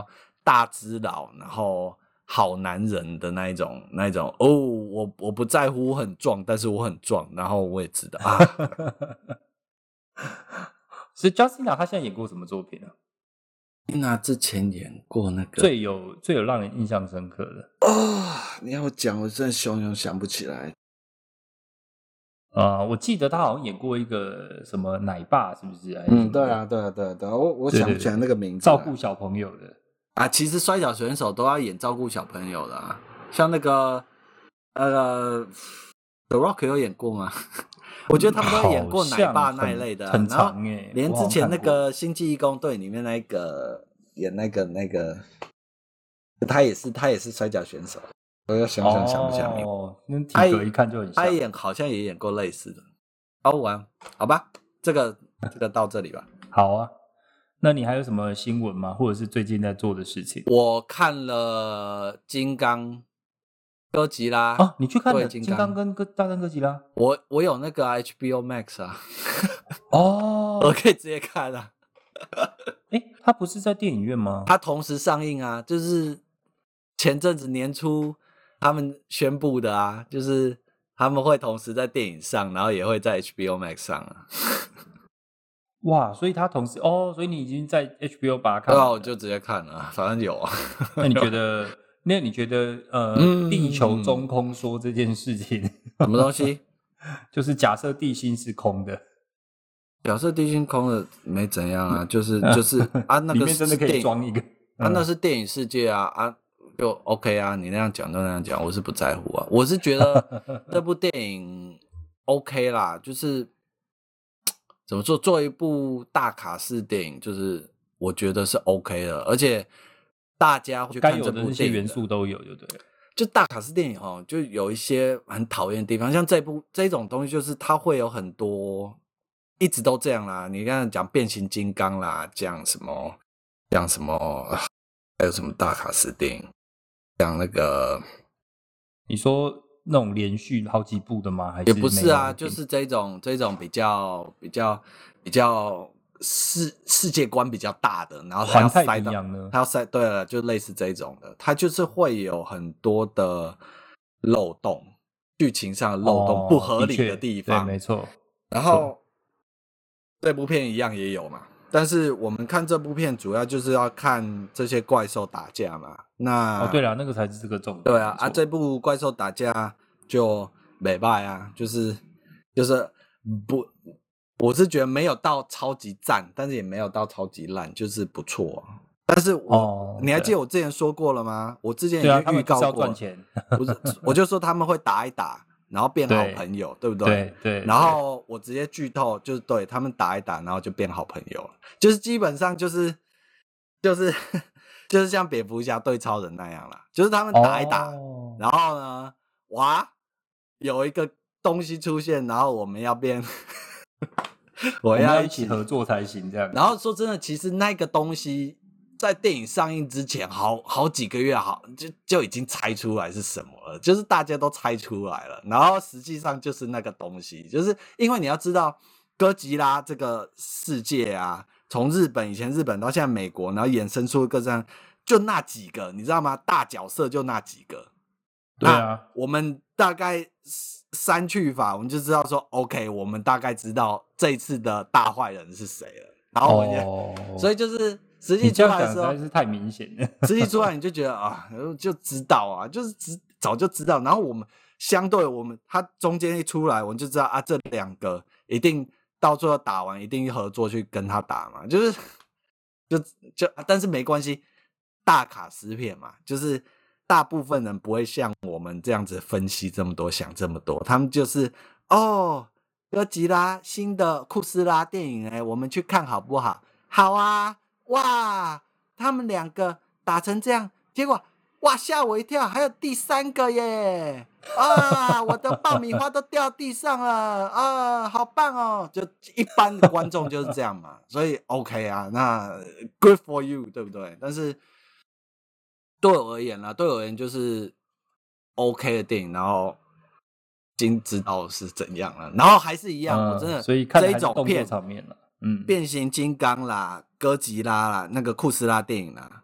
大只佬，然后好男人的那一种哦，我不在乎我很壮，但是我很壮，然后我也知道啊。 所以 Justina 她现在演过什么作品呢 ？Justina 之前演过那个最有让人印象深刻的你要我讲，我真的熊熊想不起来。 我记得他好像演过一个什么奶爸，是不是？ 对啊，我想不起来那个名字。 照顾小朋友的啊，其实摔跤选手都要演照顾小朋友的啊，像那个The Rock 有演过吗？我觉得他们都演过奶爸那一类的， 很长耶， 连之前那个《星际义工队》里面那个演那个，他也是摔跤选手。我要想不起来名字。 那体格一看就很像。 他好像也演过类似的。好吧，这个到这里吧。 好啊，那你还有什么新闻吗？或者是最近在做的事情？ 我看了《金刚》哥吉拉啊，你去看了《金刚》跟大战哥吉拉？ 我有那个 HBO Max 啊。 我可以直接看啊。 他不是在电影院吗？ 他同时上映啊，就是前阵子年初他们宣布的啊，就是他们会同时在电影上，然后也会在 HBO Max 上啊。 哇，所以他同时所以你已经在 HBO 把它看了。 对啊，我就直接看了，反正有啊。 那你觉得地球中空说这件事情什么东西？ 就是假设地心是空的。 假设地心空的没怎样啊，就是啊，那个里面真的可以装一个那是电影世界啊就 OK 啊，你那样讲都那样讲，我是不在乎啊。我是觉得这部电影 OK 啦，就是怎么说，做一部大卡司电影，就是我觉得是 OK 的，而且大家去看这部电影该有的那些元素都有，就对了。 就大卡司电影就有一些很讨厌的地方，像这种东西，就是它会有很多一直都这样啦。你刚才讲变形金刚啦，讲什么，还有什么大卡司电影，讲那个， 你说那种连续好几部的吗？还是也不是啊，就是这种比较世界观比较大的，然后它要塞到它要塞，对了，就类似这种的，它就是会有很多的漏洞，剧情上的漏洞，不合理的地方， 对，没错。 然后这部片一样也有嘛，但是我们看这部片主要就是要看这些怪兽打架嘛。那对啦，那个才是这个重点。 对啊，这部怪兽打架就没败啊，就是不。我是觉得没有到超级赞，但是也没有到超级烂，就是不错啊。但是你还记得我之前说过了吗？我之前已经预告过， 赚钱不是，我就说他们会打一打，然后变好朋友，对不对？ 对。 然后我直接剧透，就是对他们打一打，然后就变好朋友了，就是基本上就是像蝙蝠侠对超人那样啦，就是他们打一打，然后呢，哇，有一个东西出现，然后我们要变。 我要一起合作才行，这样。 然后说真的，其实那个东西在电影上映之前，好几个月就已经猜出来是什么了，就是大家都猜出来了。然后实际上就是那个东西，就是因为你要知道，哥吉拉这个世界啊，从以前日本到现在美国，然后衍生出各种，就那几个，你知道吗？大角色就那几个。 对啊， 我们大概删去法，我们就知道说 ，OK， 我们大概知道这一次的大坏人是谁了。然后所以就是实际出来的时候， 实在是太明显了。 实际出来你就觉得啊，就知道啊，就是早就知道。然后我们相对他中间一出来，我们就知道啊，这两个一定到最后打完一定合作去跟他打嘛，但是没关系，大卡司片嘛，就是。大部分人不会像我们这样子分析这么多，想这么多，他们就是哥吉拉新的库斯拉电影我们去看好不好？好啊，哇，他们两个打成这样，结果哇吓我一跳，还有第三个耶！啊，我的爆米花都掉地上了啊，好棒哦！就一般的观众就是这样嘛，所以 OK 啊，那 good for you， 对不对？但是。对我而言就是 OK 的电影，然后已经知道是怎样了，然后还是一样，我真的所以看这一种片场面了， 变形金刚啦、哥吉拉啦、那个库斯拉电影啦，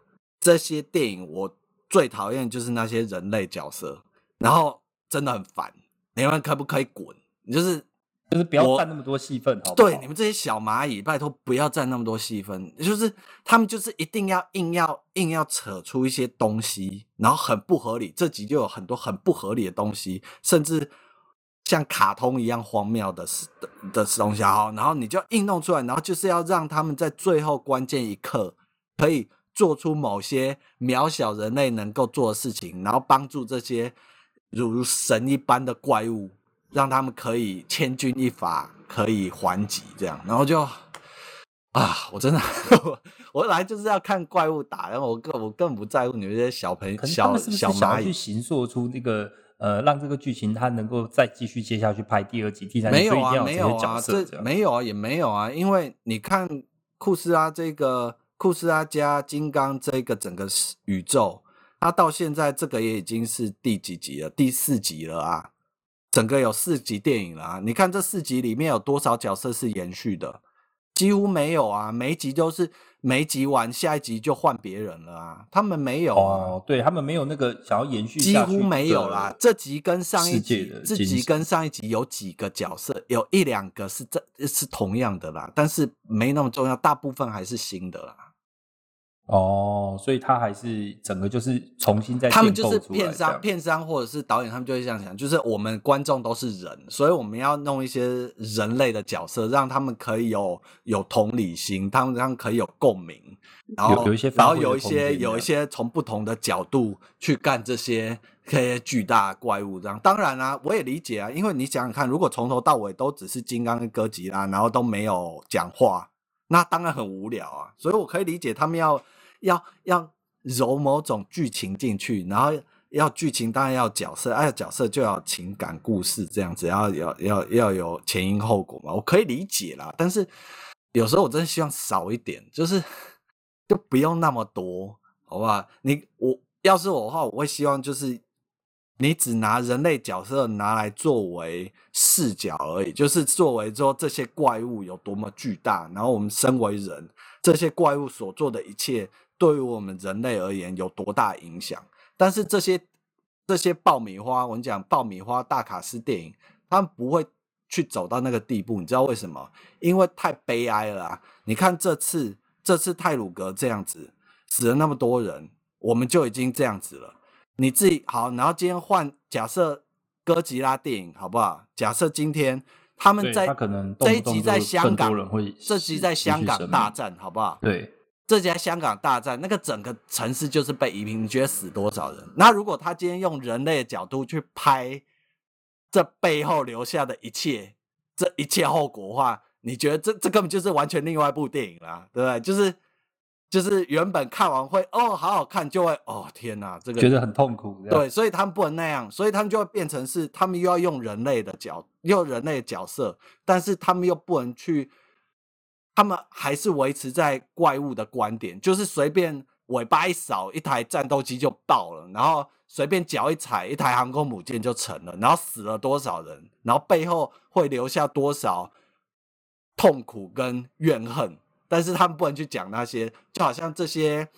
这些电影我最讨厌就是那些人类角色，然后真的很烦，你们可不可以滚？你就是不要占那么多戏份，好不好？ 对，你们这些小蚂蚁，拜托不要占那么多戏份。就是他们就是一定要硬要扯出一些东西，然后很不合理。这集就有很多很不合理的东西，甚至像卡通一样荒谬的东西。好，然后你就硬弄出来，然后就是要让他们在最后关键一刻可以做出某些渺小人类能够做的事情，然后帮助这些如神一般的怪物，让他们可以千钧一发，可以还击，这样，然后就我真的我来就是要看怪物打，然后我根本不在乎你们这些小蚂蚁去形塑出那个让这个剧情它能够再继续接下去拍第2集、第3集， 没有啊， 没有啊， 没有啊，也没有啊，因为你看库斯拉加金刚这个整个宇宙，它到现在这个也已经是第几集了？第4集了啊。整个有4集电影了啊！你看这4集里面有多少角色是延续的？几乎没有啊！每一集都是每一集完下一集就换别人了啊！他们没有啊， 对他们没有那个想要延续下去， 几乎没有啦。这集跟上一集有几个角色，有1、2个是同样的啦，但是没那么重要，大部分还是新的啦。 所以他还是整个就是重新再建构出来。 他们就是片商或者是导演，他们就会这样想，就是我们观众都是人，所以我们要弄一些人类的角色，让他们可以有同理心，他们可以有共鸣，然后有一些从不同的角度去干这些巨大的怪物这样。当然啊，我也理解啊，因为你想想看，如果从头到尾都只是金刚跟哥吉拉，然后都没有讲话，那当然很无聊啊。所以我可以理解他们要揉某种剧情进去，然后要剧情当然要角色，要角色就要情感故事这样子，要有前因后果嘛，我可以理解啦。但是有时候我真的希望少一点，就不用那么多，好不好？要是我的话，我会希望就是你只拿人类角色拿来作为视角而已，就是作为说这些怪物有多么巨大，然后我们身为人，这些怪物所做的一切对于我们人类而言有多大影响。但是这些爆米花，我跟你讲，爆米花大卡司电影，他们不会去走到那个地步，你知道为什么？因为太悲哀了啊！你看这次太鲁阁这样子死了那么多人，我们就已经这样子了。你自己好，然后今天换假设哥吉拉电影好不好？假设今天他们在这一集在香港，这集在香港大战好不好？ 对， 这集在香港大战，那个整个城市就是被夷平，你觉得死多少人？那如果他今天用人类的角度去拍这背后留下的一切，这一切后果的话，你觉得这根本就是完全另外一部电影啦，对不对？就是原本看完会好好看，就会天哪，这个觉得很痛苦。 对，所以他们不能那样，所以他们就会变成是他们又要用人类的角色，但是他们又不能去，他们还是维持在怪物的观点，就是随便尾巴一扫，一台战斗机就爆了，然后随便脚一踩，一台航空母舰就沉了，然后死了多少人，然后背后会留下多少痛苦跟怨恨。但是他们不能去讲那些，就好像这些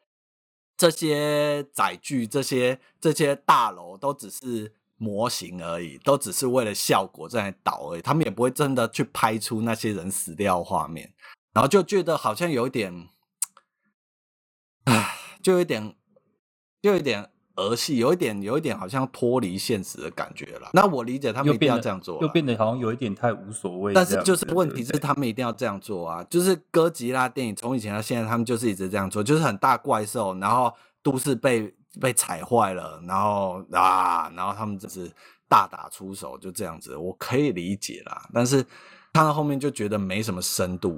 载具、这些大楼都只是模型而已，都只是为了效果在那倒而已，他们也不会真的去拍出那些人死掉的画面，然后就觉得好像有一点，就有一点儿戏，有一点好像脱离现实的感觉了。那我理解他们一定要这样做， 又变得好像有一点太无所谓。 但是就是问题是他们一定要这样做啊！就是哥吉拉电影从以前到现在，他们就是一直这样做，就是很大怪兽，然后都市被踩坏了，然后他们只是大打出手，就这样子，我可以理解啦。但是看到后面就觉得没什么深度，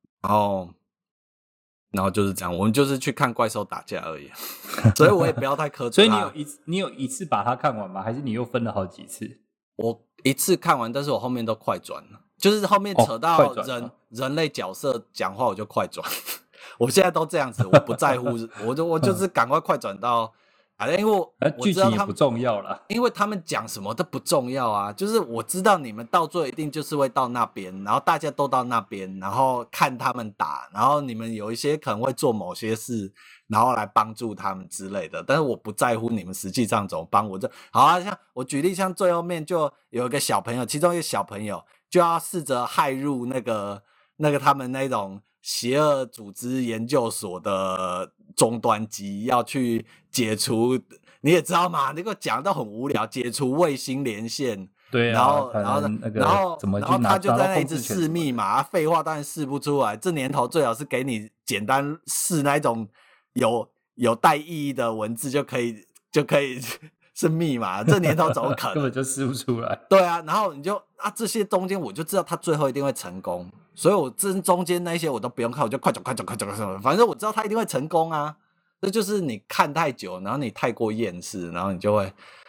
然后就是这样，我们就是去看怪兽打架而已，所以我也不要太苛责。 所以你有一次把它看完吗？还是你又分了好几次？ 我一次看完，但是我后面都快转了，就是后面扯到人类角色讲话我就快转。我现在都这样子，我不在乎，我就是赶快转到因为我剧情也不重要啦， 因为他们讲什么都不重要啊，就是我知道你们到最后一定就是会到那边，然后大家都到那边，然后看他们打，然后你们有一些可能会做某些事，然后来帮助他们之类的，但是我不在乎你们实际上怎么帮我，就好啊。像我举例，像最后面就有一个小朋友，其中一个小朋友就要试着骇入那个他们那种邪恶组织研究所的终端机，要去解除，你也知道嘛，那个讲到很无聊，解除卫星连线。 对啊，然后他就在那一直试密码，废话当然试不出来。这年头最好是给你简单试那一种有带意义的文字就可以是密码。这年头怎么可能？ 根本就试不出来。 对啊，然后你就这些中间我就知道他最后一定会成功，所以我这中间那些我都不用看，我就快走，反正我知道他一定会成功啊。这就是你看太久，然后你太过厌世，然后你就会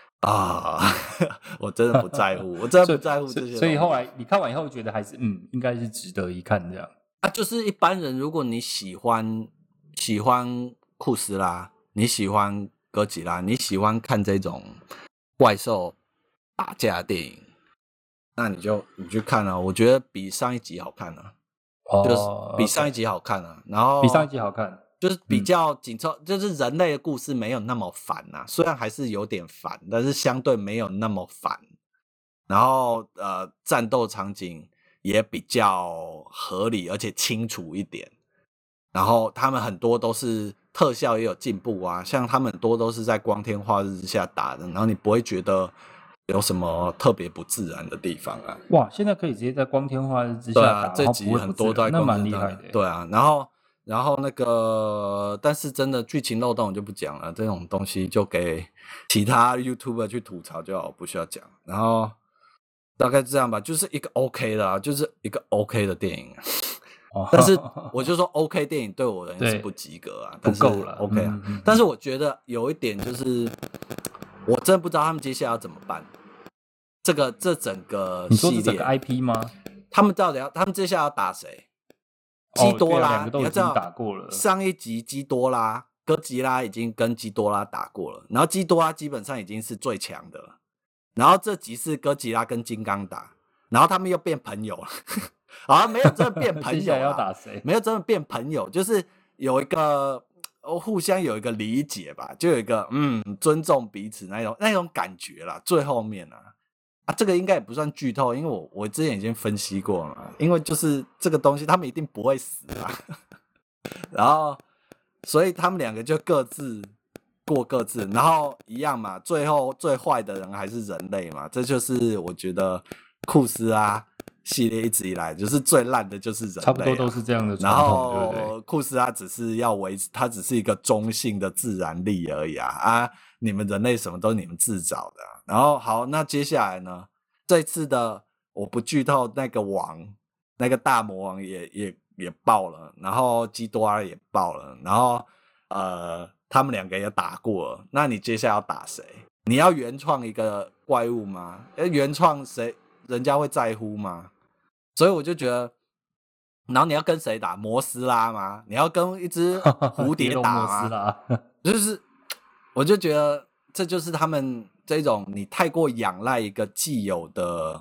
我真的不在乎，我真的不在乎这些。 所以后来你看完以后觉得还是应该是值得一看这样。 就是一般人，如果你喜欢库斯拉，你喜欢哥吉拉，你喜欢看这种怪兽打架的电影，那你去看啊，我觉得比上一集好看啊，就是比上一集好看啊，然后比上一集好看。 就是比较紧凑，就是人类的故事没有那么烦啊，虽然还是有点烦，但是相对没有那么烦。然后战斗场景也比较合理，而且清楚一点。然后他们很多都是特效也有进步啊，像他们很多都是在光天化日之下打的，然后你不会觉得有什么特别不自然的地方啊。 哇，现在可以直接在光天化日之下打， 这集很多都在那蛮厉害的。 对啊，然后那个，但是真的剧情漏洞我就不讲了，这种东西就给其他 YouTuber 去吐槽就好，不需要讲。然后大概这样吧，就是一个 OK 的就是一个 OK 的电影。但是我就说 OK 电影对我人是不及格啊， 不够了 OK 啊。但是我觉得有一点就是，我真的不知道他们接下来要怎么办。这整个系列， 你说整个 IP 吗？ 他们接下来要打谁？基多拉， 你要知道打过了。 上一集基多拉、哥吉拉已经跟基多拉打过了，然后基多拉基本上已经是最强的了。然后这集是哥吉拉跟金刚打，然后他们又变朋友了。好，没有真的变朋友。接下来要打谁？ 没有真的变朋友，就是有一个互相有一个理解吧，就有一个尊重彼此那种感觉啦。最后面这个应该也不算剧透，因为我之前已经分析过了嘛。因为就是这个东西，他们一定不会死啊。然后，所以他们两个就各自过各自，然后一样嘛。最后最坏的人还是人类嘛，这就是我觉得库斯系列一直以来就是最烂的就是人类， 差不多都是这样的传统。然后对后库斯只是要维持，它只是一个中性的自然力而已你们人类什么都是你们自找的。然后好，那接下来呢？这次的我不剧透，那个大魔王也爆了，然后基多拉也爆了，然后他们两个也打过了。那你接下来要打谁？你要原创一个怪物吗？原创谁？人家会在乎吗？所以我就觉得，然后你要跟谁打？摩斯拉吗？你要跟一只蝴蝶打吗？就是我就觉得这就是他们这种你太过仰赖一个既有的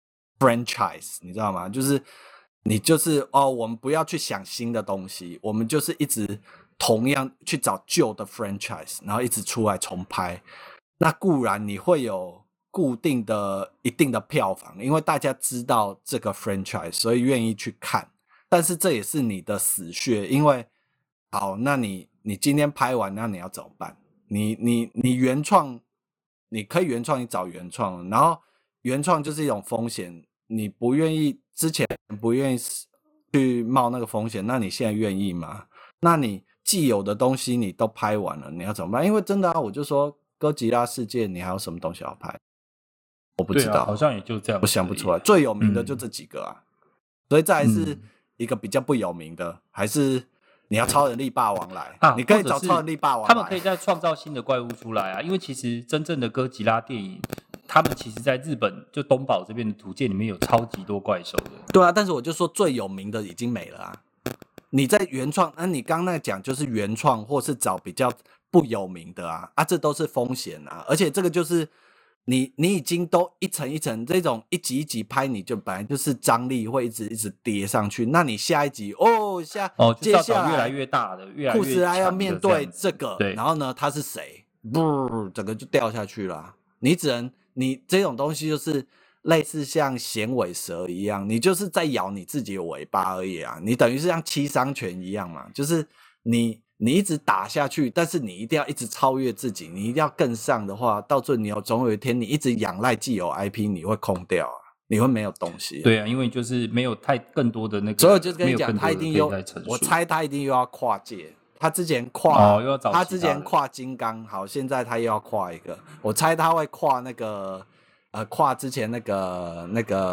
franchise， 你知道吗？就是你就是我们不要去想新的东西，我们就是一直同样去找旧的 franchise， 然后一直出来重拍。那固然你会有固定的一定的票房，因为大家知道这个 franchise， 所以愿意去看。但是这也是你的死穴，因为好，那你今天拍完，那你要怎么办？你原创，你可以原创，你找原创，然后原创就是一种风险，你不愿意，之前不愿意去冒那个风险，那你现在愿意吗？那你既有的东西你都拍完了，你要怎么办？因为真的我就说哥吉拉世界，你还有什么东西要拍？我不知道， 好像也就这样， 我想不出来。最有名的就这几个所以再来是一个比较不有名的，还是你要超人力霸王来你可以找超人力霸王来， 他们可以再创造新的怪物出来因为其实真正的哥吉拉电影，他们其实在日本就东宝这边的图鉴里面有超级多怪兽的。 对但是我就说最有名的已经没了你在原创，你刚刚那讲就是原创，或是找比较不有名的啊，这都是风险啊，而且这个就是你已经都一层一层这种一集一集拍，你就本来就是张力会一直叠上去，那你下一集接下来越来越大的，越来越库斯拉要面对这个， 对， 然后呢他是谁，不，整个就掉下去了。你这种东西就是类似像衔尾蛇一样，你就是在咬你自己的尾巴而已啊，你等于是像七伤拳一样嘛，就是你一直打下去，但是你一定要一直超越自己，你一定要更上的话，到最后总有一天你一直仰赖既有 IP， 你会空掉啊，你会没有东西。 对啊，因为就是没有更多的那个， 所以我就是跟你讲，他一定我猜他一定又要跨界。他之前他之前跨金刚，好，现在他又要跨一个，我猜他会跨那个跨之前那个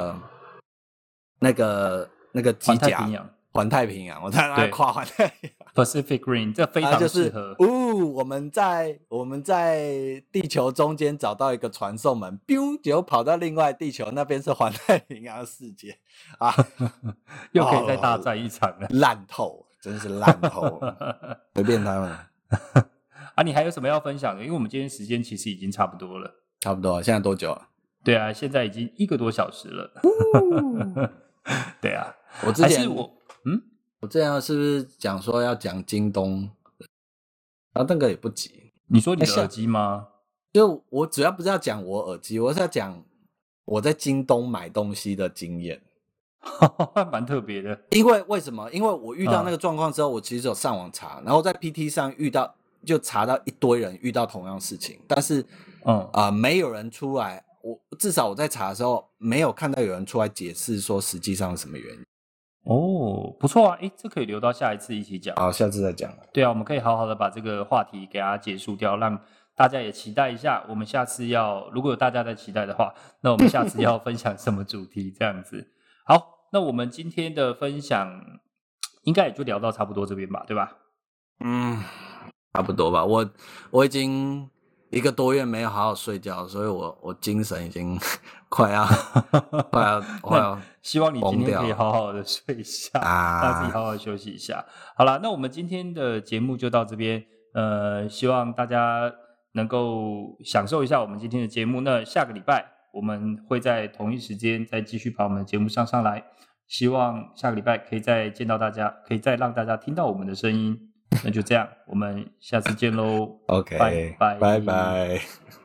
机甲环太平洋，我猜他会跨环太平洋。 Pacific Rim 这非常适合。 我们在地球中间找到一个传送门，结果跑到另外地球那边是环太平洋的世界啊， 又可以再大战一场了， 烂透，真是烂透，随便他们。 啊，你还有什么要分享的？因为我们今天时间其实已经差不多了。 差不多，现在多久了？ 对啊，现在已经1个多小时了。对啊， 我之前是不是讲说要讲京东？那个也不急。 你说你的耳机吗？ 就我主要不是要讲我耳机，我是要讲我在京东买东西的经验。 蛮特别的。 为什么？因为我遇到那个状况之后，我其实有上网查，然后在 PT 上就查到一堆人遇到同样事情，但是没有人出来。至少我在查的时候没有看到有人出来解释说实际上是什么原因。 不错啊，这可以留到下一次一起讲。 好，下次再讲。 对啊，我们可以好好的把这个话题给它结束掉，让大家也期待一下。我们下次如果有大家在期待的话，那我们下次要分享什么主题这样子。好，那我们今天的分享应该也就聊到差不多这边吧，对吧？ 差不多吧。我已经1个多月没有好好睡觉，所以我精神已经快要希望你今天可以好好的睡一下，让自己好好休息一下。好啦，那我们今天的节目就到这边，希望大家能够享受一下我们今天的节目。那下个礼拜我们会在同一时间再继续把我们的节目上来，希望下个礼拜可以再见到大家，可以再让大家听到我们的声音。那就这样，我们下次见喽。 OK， 拜拜。